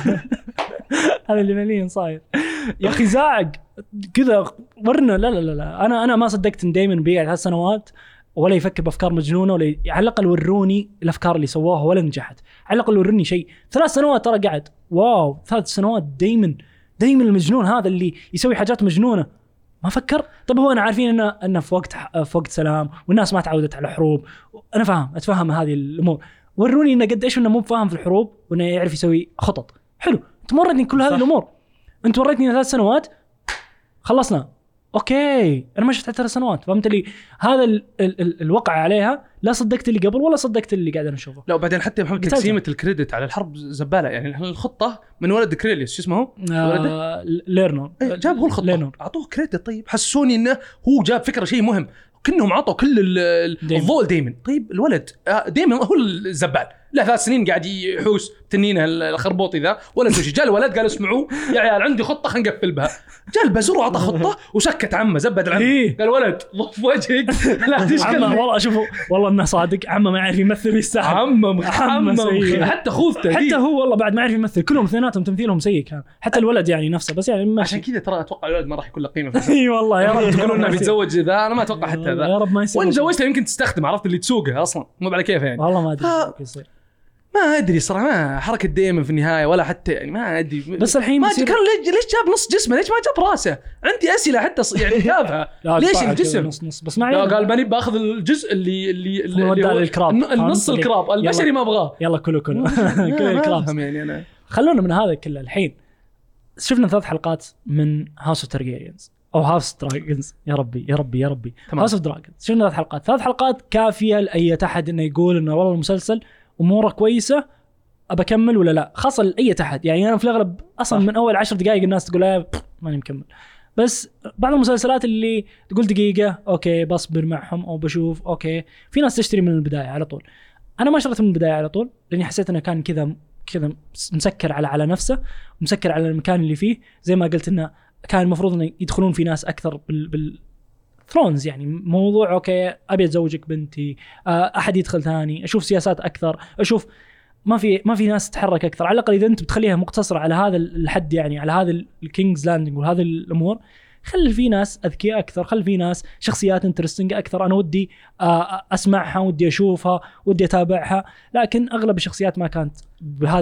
هذا اللي مليين صاير يا اخي زاعق كذا ورنا لا انا ما صدقت ان دايما بيقعد 3 سنوات ولا يفكر بافكار مجنونه ولا على الاقل وروني الافكار اللي سواها ولا نجحت على الاقل وروني شيء 3 سنوات ترى قعد واو 3 سنوات دايما المجنون هذا اللي يسوي حاجات مجنونه ما فكر. طب هو انا عارفين انه في وقت سلام والناس ما تعودت على حروب انا اتفهم هذه الامور وروني انه قد ايش انه مو فاهم في الحروب وانه يعرف يسوي خطط حلو انت وريتني كل هذه الامور انت وريتني 3 سنوات خلصنا اوكي انا ما شفت 3 سنوات فهمت لي هذا الوقع عليها لا صدقت اللي قبل ولا صدقت اللي قاعد انا اشوفه. لا وبعدين حتى محمد تقسيمه الكريدت على الحرب زباله يعني الخطه من ولد كريليوس شو اسمه هو ليرنر جاب هو الخطه اعطوه كريدت طيب حسوني انه هو جاب فكره شيء مهم كأنهم عطوا كل الضوء دايما طيب الولد دايما هو الزبال له 3 سنين قاعد يحوس تنينه الخربوطي ذا ولا سوي شيء جاء الولد قال اسمعوا يا عيال عندي خطه خلينا نقفل بها جاء البزور وعطى خطه وسكت عمه زبد العم قال ولد ضف وجهك لا تشكل والله اشوفه والله انه صادق عمه ما يعرف يمثل يستحق عمه حتى خوذته حتى هو والله بعد ما يعرف يمثل كلهم اثنيناتهم تمثيلهم سيء كان حتى الولد يعني نفسه بس يعني عشان كذا ترى اتوقع الولد ما راح يكون له قيمه اي والله يا رب تقولون انه بيتزوج ذا انا ما اتوقع حتى ذا يا رب ما يصير وان زوجته يمكن تستخدم عرفت اللي تسوقها اصلا مو على كيف يعني والله ما ادري ايش يصير ما ادري صراحه ما حركه دايما في النهايه ولا حتى يعني ما ادري بس الحين ما كان ليش جاب نص جسمه ليش ما جاب راسه عندي اسئله حتى يعني جابها ليش الجسم نص بس ما قال ماني باخذ الجزء اللي هو الكراب النص الكراب البشري ما ابغاه يلا كله كل الكراب يعني انا خلونا من هذا كله الحين شفنا 3 حلقات من هاوس اوف تارجيريانز او هاوس دراجونز يا ربي هاوس اوف دراجونز شفنا 3 حلقات كافيه لاي احد انه يقول انه والله المسلسل اموره كويسه ابى اكمل ولا لا خاصه لاي احد يعني انا في الاغلب اصلا من اول 10 دقائق الناس تقول ماني مكمل بس بعض المسلسلات اللي تقول دقيقه اوكي بصبر معهم او بشوف اوكي في ناس تشتري من البدايه على طول انا ما شريت من البدايه على طول لاني حسيت انه كان كذا مسكر على نفسه ومسكر على المكان اللي فيه زي ما قلت انه كان المفروض انه يدخلون في ناس اكثر ثرونز يعني موضوع اوكي ابي اتزوجك بنتي احد يدخل ثاني اشوف سياسات اكثر اشوف ما في ناس تتحرك اكثر على الاقل اذا انت بتخليها مقتصره على هذا الحد يعني على هذا الكينجز لاندنج وهذه الامور خلي في ناس اذكياء اكثر خلي في ناس شخصيات انترستنج اكثر انا ودي اسمعها ودي اشوفها ودي اتابعها لكن اغلب الشخصيات ما كانت بهذا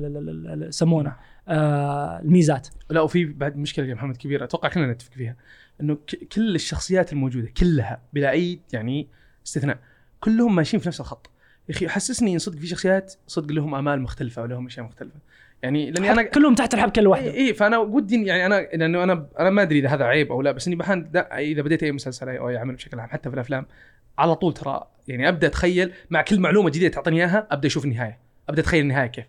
يسمونه الميزات. لا وفي بعد مشكله يا محمد كبيره اتوقع كلنا نتفق فيها انه كل الشخصيات الموجوده كلها بلا اي يعني استثناء كلهم ماشيين في نفس الخط يا اخي حسسني ان صدق في شخصيات صدق لهم امال مختلفه ولهم اشياء مختلفه يعني لاني انا كلهم تحت الحبكه الواحده اي فانا ودي يعني انا لانه انا ما ادري اذا هذا عيب او لا بس اني بحان اذا بديت اي مسلسل او اي عمل بشكل عام حتى في الافلام على طول ترى يعني ابدا اتخيل مع كل معلومه جديده تعطيني اياها ابدا اشوف النهايه ابدا اتخيل النهايه كيف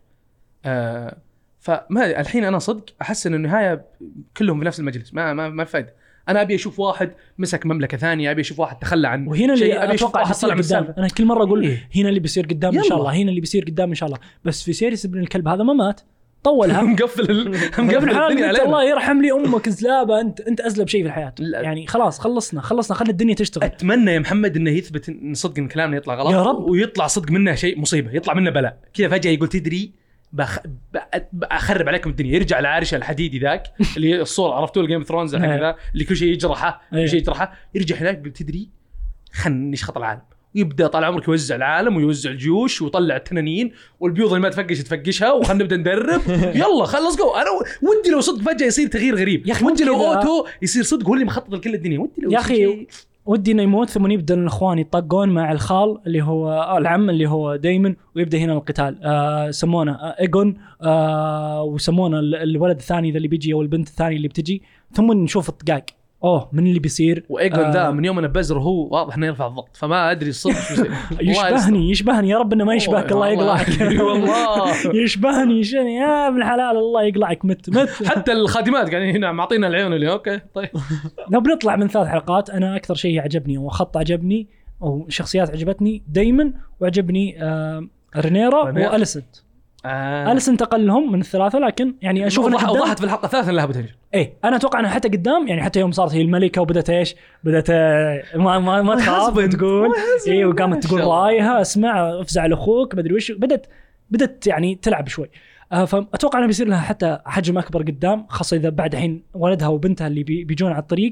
فما الحين انا صدق احس ان النهايه كلهم في نفس المجلس ما فايده انا ابي اشوف واحد مسك مملكه ثانيه ابي اشوف واحد تخلى عن وهنا اللي ابي اشوف واحد طلع من قدام انا كل مره اقول هنا اللي بيصير قدام ان شاء الله هنا اللي بيصير قدام ان شاء الله بس في سيريس ابن الكلب هذا ما مات طولها مقفل الدنيا الله يرحم لي امك زلابه انت ازلب شيء في الحياه يعني خلاص خلصنا خلي الدنيا تشتغل. اتمنى يا محمد انه يثبت ان صدق ان كلامنا يطلع غلط يا رب ويطلع صدق منه شيء مصيبه يطلع منه بلاء كذا فجاه يقول تدري بأخرب عليكم الدنيا يرجع العارش الحديدي ذاك اللي الصورة عرفتوا الجيم اوف ثرونز كذا اللي كل شيء يجرحه يرجع هناك تدري خلنا نشخط العالم ويبدا طال عمرك يوزع العالم ويوزع الجيوش ويطلع التنانين والبيوض اللي ما تفقشها وخلنا نبدا ندرب يلا خلص جو انا ودي لو صدق فجاه يصير تغيير غريب ودي لو اوتو يصير صدق هو اللي مخطط لكل الدنيا ودي لو يا اخي ودي انه يموت ثم يبدا الاخوان يطقون مع الخال اللي هو العم اللي هو دايمن ويبدا هنا القتال سمونه ايجون وسمونه الولد الثاني ذا اللي بيجي او البنت الثانيه اللي بتجي ثم نشوف الطقاق من اللي بيصير. وايجون ذا من يوم انا بزر هو واضح انه يرفع الضغط، فما ادري الصدق شو يصير. يشبهني يا رب انه ما يشبهك. الله يقلعك والله يشبهني يا ابن الحلال الله يقلعك. مت حتى الخادمات قاعدين هنا معطينا العيون اللي اوكي طيب. لو بنطلع من 3 حلقات، انا اكثر شيء عجبني وخط عجبني او شخصيات عجبتني دايما، وعجبني رينيرا واليسنت. أليسنت أقلهم من الثلاثة، لكن يعني أشوف أنها وضحت في الحلقة الثالثة لها بتهجر. أنا أتوقع أنها حتى قدام، يعني حتى يوم صارت هي الملكة وبدت بدت ما تخاف تقول وقامت تقول رايها اسمع افزع لأخوك بدري وش، بدت يعني تلعب شوي. فأتوقع أنه بيصير لها حتى حجم أكبر قدام، خاصة إذا بعد حين ولدها وبنتها اللي بيجون على الطريق،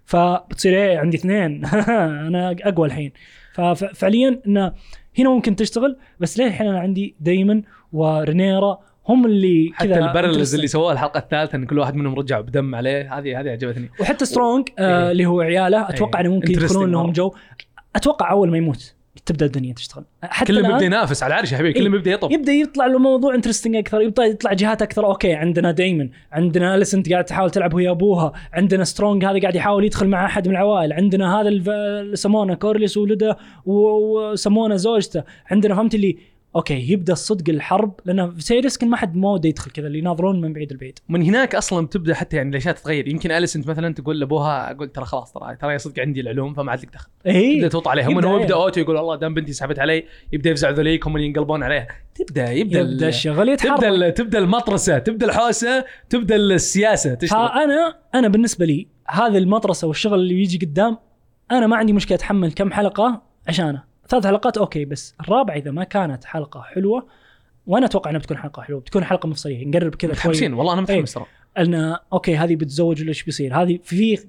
فبتصير عندي 2 أنا أقوى الحين. ففعليا إنه هنا ممكن تشتغل، بس ليه الحين أنا عندي دايما ورينيرا هم اللي كذا. حتى البرلز اللي سووها الحلقة الثالثة إن كل واحد منهم رجع بدم عليه، هذه عجبتني. وحتى سترونج اللي هو عياله، أتوقع إنه ممكن يدخلون لهم جو. أتوقع أول ما يموت تبدأ الدنيا تشتغل. كله بيبدأ ينافس على العرش يا حبيبي، كله بيبدأ يطلع له موضوع انترستينج أكثر، يطلع جهات أكثر. أوكي عندنا دايمون، عندنا أليسنت قاعد تحاول تلعب ويا أبوها، عندنا سترونج هذا قاعد يحاول يدخل مع أحد من العوائل، عندنا هذا سمونا كورليس ولده وسمونا زوجته، عندنا فهمت اللي اوكي يبدا الصدق الحرب، لانه في سيريس كل ما حد مود يدخل كذا اللي يناظرون من بعيد البعيد. من هناك اصلا تبدا حتى يعني الاشياء تتغير. يمكن أليسنت مثلا تقول لابوها اقول ترى خلاص ترى يا صدق عندي العلوم فما عاد لك دخل، تبدا توطى عليها. من هو يبدا اوتو يقول والله دام بنتي سحبت علي، يبدا يفزع ذوليك هم اللي ينقلبون عليها، يبدا الشغل يتحرك، تبدا المطرسه، تبدا الحوسه، تبدا السياسه تشتغل. انا بالنسبه لي هذا المطرسه والشغل اللي يجي قدام، انا ما عندي مشكله اتحمل كم حلقه عشانه. 3 حلقات اوكي، بس الرابعه اذا ما كانت حلقه حلوه، وانا اتوقع انها بتكون حلقه حلوه، بتكون حلقه مفصليه نقرب كذا شوي. والله انا متحمس ترى. أنا اوكي هذه بتزوج ولا ايش بيصير، هذه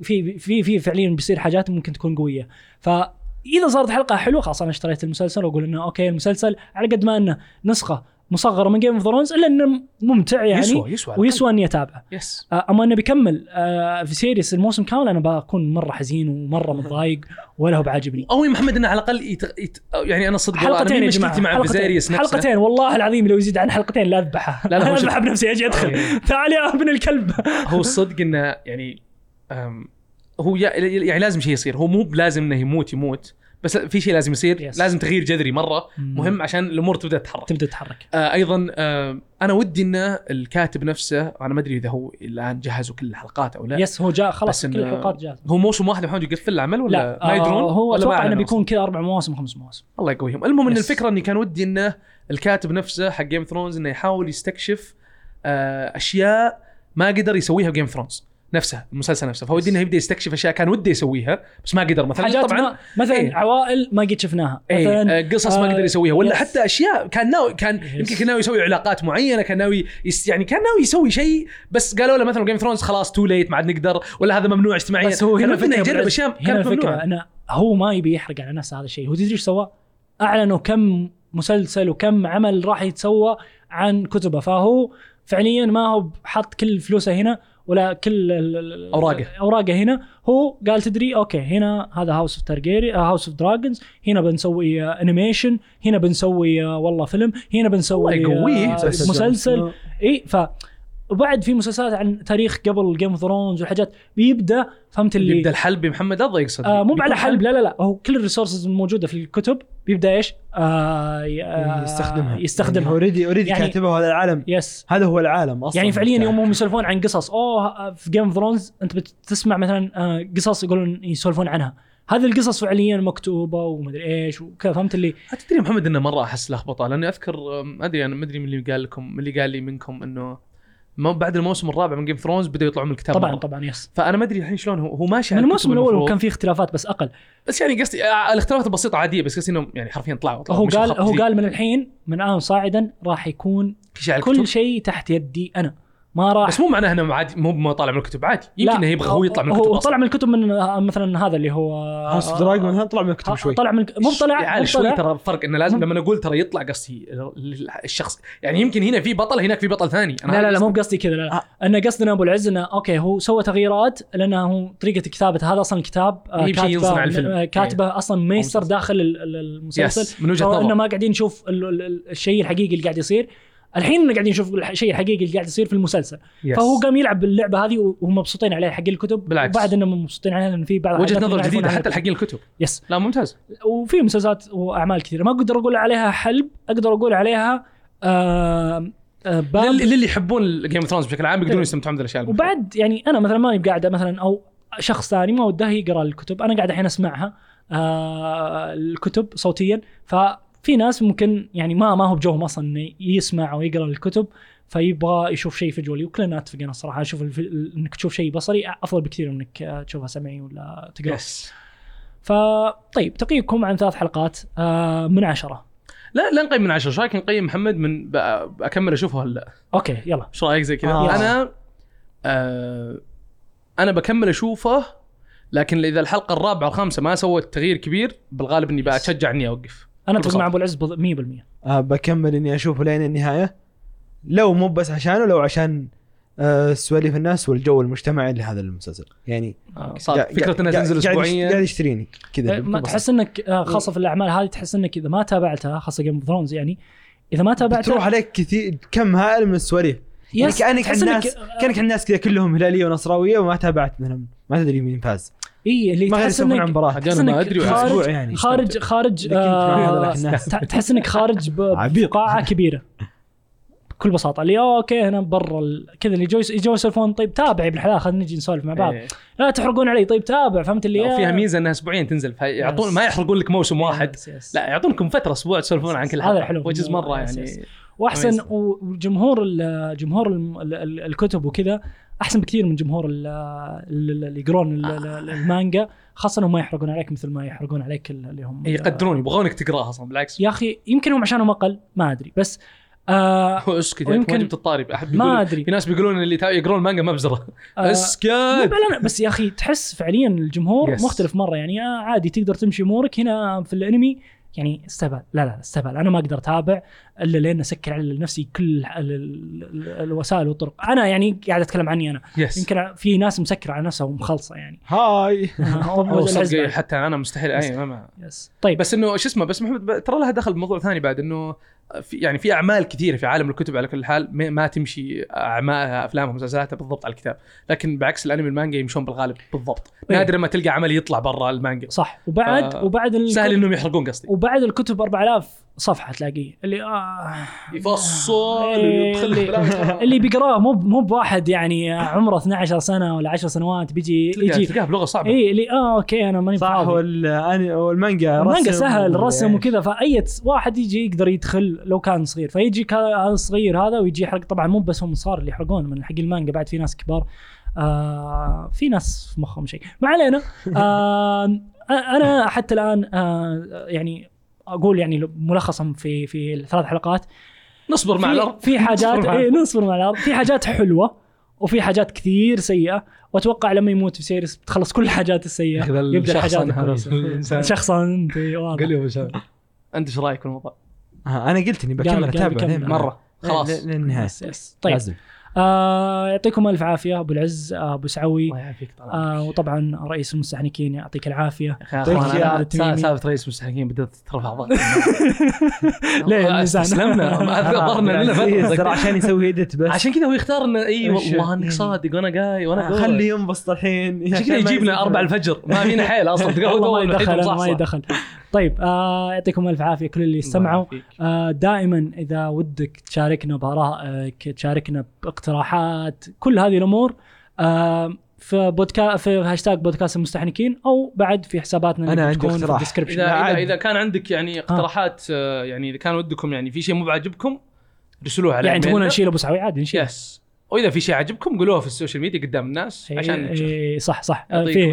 في فعليا بيصير حاجات ممكن تكون قويه. فاذا صارت حلقه حلوه خلاص انا اشتريت المسلسل، واقول انه اوكي المسلسل على قد ما انه نسخه مصغره من جيم اوف ثرونز الا انه ممتع يعني ويسوى اني اتابعه. اما انه بيكمل في سيريس الموسم كامل، انا بكون مره حزين ومره متضايق ولا هو بعجبني. او محمد انه على الاقل يعني انا صدق انا مشكلتي مع فيزيريس نفسه حلقتين والله العظيم لو يزيد عن حلقتين لا اذبحه. لا اذبح بنفسي اجي ادخل تعال يا ابن الكلب. هو الصدق انه يعني هو يعني لازم شيء يصير، هو مو لازم انه يموت، بس في شيء لازم يصير. لازم تغيير جذري مره مهم عشان الامور تبدا تتحرك. ايضا انا ودي ان الكاتب نفسه، انا ما ادري اذا هو الان جهزوا كل الحلقات او لا. هو جاء خلاص كل الحلقات جاهزه. هو موسم واحد محمد يقفل العمل ولا ما يدرون؟ هو اتوقع انه بيكون كذا 4 مواسم 5 مواسم. الله يقويهم. المهم ان الفكره اني كان ودي انه الكاتب نفسه حق جيم ثرونز انه يحاول يستكشف اشياء ما قدر يسويها جيم ثرونز نفسها المسلسل نفسه. فودي انه يبدا يستكشف اشياء كان وده يسويها بس ما قدر. مثلا طبعا مثلا عوائل ما قد شفناها، مثلا قصص ما قدر يسويها، ولا حتى اشياء كان يمكن كان ناوي يسوي علاقات معينه، كان ناوي يعني كان ناوي يسوي شيء بس قالوا له مثلا جيم ثرونز خلاص تو ليت ما عاد نقدر، ولا هذا ممنوع اجتماعيا. بس هو هنا فكره يجرب اشياء كانت ممنوعه. أنا هو ما يبي يحرق على نفسه هذا الشيء. هو تدري ايش سوى؟ اعلنوا كم مسلسل وكم عمل راح يتسوى عن كتبه، فهو فعليا ما هو حط كل فلوسه هنا ولا كل اوراقه هنا. هو قال تدري اوكي هنا هذا هاوس اوف تارجيري، هاوس اوف دراجونز، هنا بنسوي انيميشن، هنا بنسوي والله فيلم، هنا بنسوي مسلسل. وبعد في مسلسلات عن تاريخ قبل جيم اوف ثرونز وحاجات بيبدا فهمت اللي يبدا الحلب بمحمد الله يقصد مو على حلب، لا هو كل الريسورسز الموجوده في الكتب بيبدا ايش يستخدمها اوريدي يعني كاتبه هذا العالم. هذا هو العالم اصلا. يعني فعليا يوم هم يسولفون عن قصص في جيم اوف ثرونز انت بتسمع مثلا قصص يقولون يسولفون عنها، هذه القصص فعليا مكتوبه ومدري ايش وكذا. فهمت اللي تدري محمد انه مره احس لخبطه، لاني اذكر ادري انا ما ادري من اللي قال لكم، من اللي قال لي منكم انه ما بعد الموسم الرابع من جيم ثرونز بدأوا يطلعوا من الكتاب طبعا يس. فانا ما ادري الحين شلون هو ماشي. من الموسم الاول وكان فيه اختلافات بس اقل، بس يعني قصدي الاختلافات البسيطه عاديه، بس قصدي انهم يعني حرفيا طلعوا هو قال من الحين من الان صاعدا راح يكون كل شيء تحت يدي انا، ما راح. بس مو معناه انه عادي، مو ما طالع من الكتب عادي، يمكن يبغى هو يطلع من الكتب. هو طلع من الكتب من مثلا هذا اللي هو هاوس دراجون مثلا طلع من الكتب شوي، طلع من مو طلع شوي. ترى فرق انه لازم لما نقول ترى يطلع قصدي الشخص، يعني يمكن هنا في بطل هناك في بطل ثاني. لا مو بقصدي كذا، لا انا قصدنا ابو العز انه اوكي هو سوى تغييرات لانه هو طريقه كتابه هذا اصلا الكتاب كاتبه اصلا ما يصير داخل المسلسل من وجهه نظر انه ما قاعدين نشوف الشيء الحقيقي اللي قاعد يصير. الحين قاعدين نشوف الشيء الحقيقي اللي قاعد يصير في المسلسل. فهو قام يلعب باللعبه هذه وهم مبسوطين عليها حق الكتب. بالعكس. وبعد انهم مبسوطين عليها لان في بعض وجهه نظر جديده حتى حق الكتب. يس. لا ممتاز. وفي مسلسلات واعمال كثيره ما اقدر اقول عليها حلب، اقدر اقول عليها اللي يحبون جيم اوف ثرونز بشكل عام يقدرون يستمتعون بالاشياء. وبعد يعني انا مثلا ماني قاعده مثلا او شخص ثاني ما وده يقرا الكتب، انا قاعد الحين اسمعها الكتب صوتيا. ففي ناس ممكن يعني ما هو بجوهم اصلا انه يسمع او يقرا الكتب، فيبغى يشوف شيء فيجولي. وكلنا اتفقنا الصراحه اشوف انك تشوف شيء بصري افضل بكثير من انك تشوفها سمعي ولا تقرا. فطيب تقييمكم عن 3 حلقات من 10؟ لا نقيم من 10. ايش رايك نقيم محمد من اكمل اشوفه ولا؟ اوكي يلا. ايش رايك زي كذا؟ انا بكمل اشوفه، لكن اذا الحلقه الرابعه والخامسه ما سوت تغيير كبير بالغالب اني بتشجع اني اوقف. انا اتفق مع ابو العز 100%. بكمل اني اشوفه لين النهايه، لو مو بس عشانه، لو عشان سواليف الناس والجو المجتمعي لهذا المسلسل. يعني فكره انها تنزل اسبوعيا قاعد يشتريني كذا. ما تحس انك خاصه في الاعمال هذه تحس انك اذا ما تابعتها، خاصه جيم اوف ثرونز، يعني اذا ما تابعتها تروح عليك كثير كم هائل من السواليف. يعني كانك الناس كذا كلهم هلاليه ونصراويه وما تابعت منهم، ما تدري مين فاز. اللي تحس انك ما ادري خارج يعني خارج تحس انك خارج بقاعه كبيره بكل بساطه. اللي اوكي هنا برا كذا اللي يجوا يسولفون. طيب تابعي بالحلقه خلينا نجي نسولف مع بعض. لا تحرقون علي. طيب تابع. فهمت اللي فيها ميزه انها اسبوعين تنزل، فيعطون ما يحرقون لك موسم واحد. لا يعطونكم فتره اسبوع تسولفون عن كل حلقه، وجز مره يعني واحسن. وجمهور الكتب وكذا احسن بكثير من جمهور اللي يقرون المانجا، خاصه انهم ما يحرقون عليك مثل ما يحرقون عليك اللي هم يقدرون يبغونك تقراها اصلا. بالعكس يا اخي يمكن هم عشانهم اقل ما ادري، بس هو اسكت يمكن جبت الطاري. ما ادري، في ناس بيقولون اللي يقرون المانجا مبزره. اسكت بس يا اخي تحس فعليا الجمهور مختلف مره. يعني عادي تقدر تمشي امورك. هنا في الانمي يعني استهبال. لا استهبال. انا ما اقدر اتابع الا لين اسكر على نفسي كل الوسائل والطرق. انا يعني قاعد اتكلم عني انا. يمكن في ناس مسكره على نفسها ومخلصه يعني. هاي حتى انا مستحيل اي طيب بس انه شو اسمه، بس محمد ترى لها دخل بموضوع ثاني بعد، انه في اعمال كثيره في عالم الكتب على كل حال ما تمشي اعمالها افلامها ومسلسلاتها بالضبط على الكتاب، لكن بعكس الانمي المانجا يمشون بالغالب بالضبط. نادر ما تلقى عمل يطلع برا المانجا. صح. وبعد سهل انهم يحرقون قصدي. وبعد الكتب 4000 صفحه تلاقيه اللي يفصل ويدخل اللي بيقراه مو بواحد يعني عمره 12 سنه ولا 10 سنوات بيجي تلقاه بلغه صعبه. اللي اوكي انا ماني فاضي. صح. والمانجا سهل رسم وكذا، فاي واحد يجي يقدر يدخل لو كان صغير، فيجي الصغير هذا ويجي يحرق. طبعا مو بس هم صار اللي يحرقون من حق المانجا، بعد في ناس كبار في ناس في مخهم شيء ما علينا. انا حتى الان يعني اقول يعني ملخصا في ال3 حلقات نصبر مع الارض. في حاجات نصبر مع الارض. في حاجات حلوه وفي حاجات كثير سيئه، واتوقع لما يموت في سيريس تخلص كل الحاجات السيئه يبدا الحاجات الكويسه. شخصا انت واضح. قل لي وش انت ايش رايك في الموضوع؟ انا قلت اني بكمل اتابع مره خلاص للنهايه. طيب يعطيكم الف عافيه ابو العز ابو سعوي. الله يعافيك. وطبعا رئيس المستحنكين يعطيك العافيه. سالفه رئيس المستحنكين بدات ترفع ضغط. ليه استسلمنا ما ضرنا لنا فتره عشان يسوي ايديت، بس عشان كذا هو يختار انه اي والله انك صادق وانا جاي وانا خليه ينبسط الحين. عشان كذا يجيبنا 4 الفجر ما فينا حيل اصلا. ما يدخل. طيب يعطيكم الف عافيه كل اللي استمعوا. دائما اذا ودك تشاركنا بارائك، تشاركنا باقتراحات، كل هذه الامور في في هاشتاج بودكاست المستحنكين، او بعد في حساباتنا اللي بتكون في الديسكربشن. اذا كان عندك يعني اقتراحات يعني اذا كان ودكم يعني في شيء مو بعجبكم رسلوها على يعني تبون نشيل ابو سعوي عادي نشيل. واذا في شيء عجبكم قولوها في السوشيال ميديا قدام الناس عشان نشوف. صح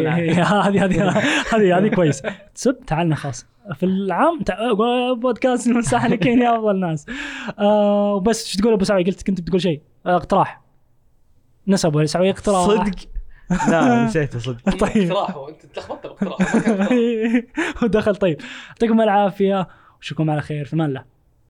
هذه كويس. تعالنا خاص في العام بودكاست المستحنكين يا افضل ناس. وبس ايش تقول ابو سعوي؟ قلت كنت بتقول شيء اقتراح نسب ابو سعوي اقتراح صدق. لا نسيته صدق. طيب اقتراح وانت تلخبطت باقتراح ودخل. طيب يعطيكم العافيه وشكرا على خير، في امان الله.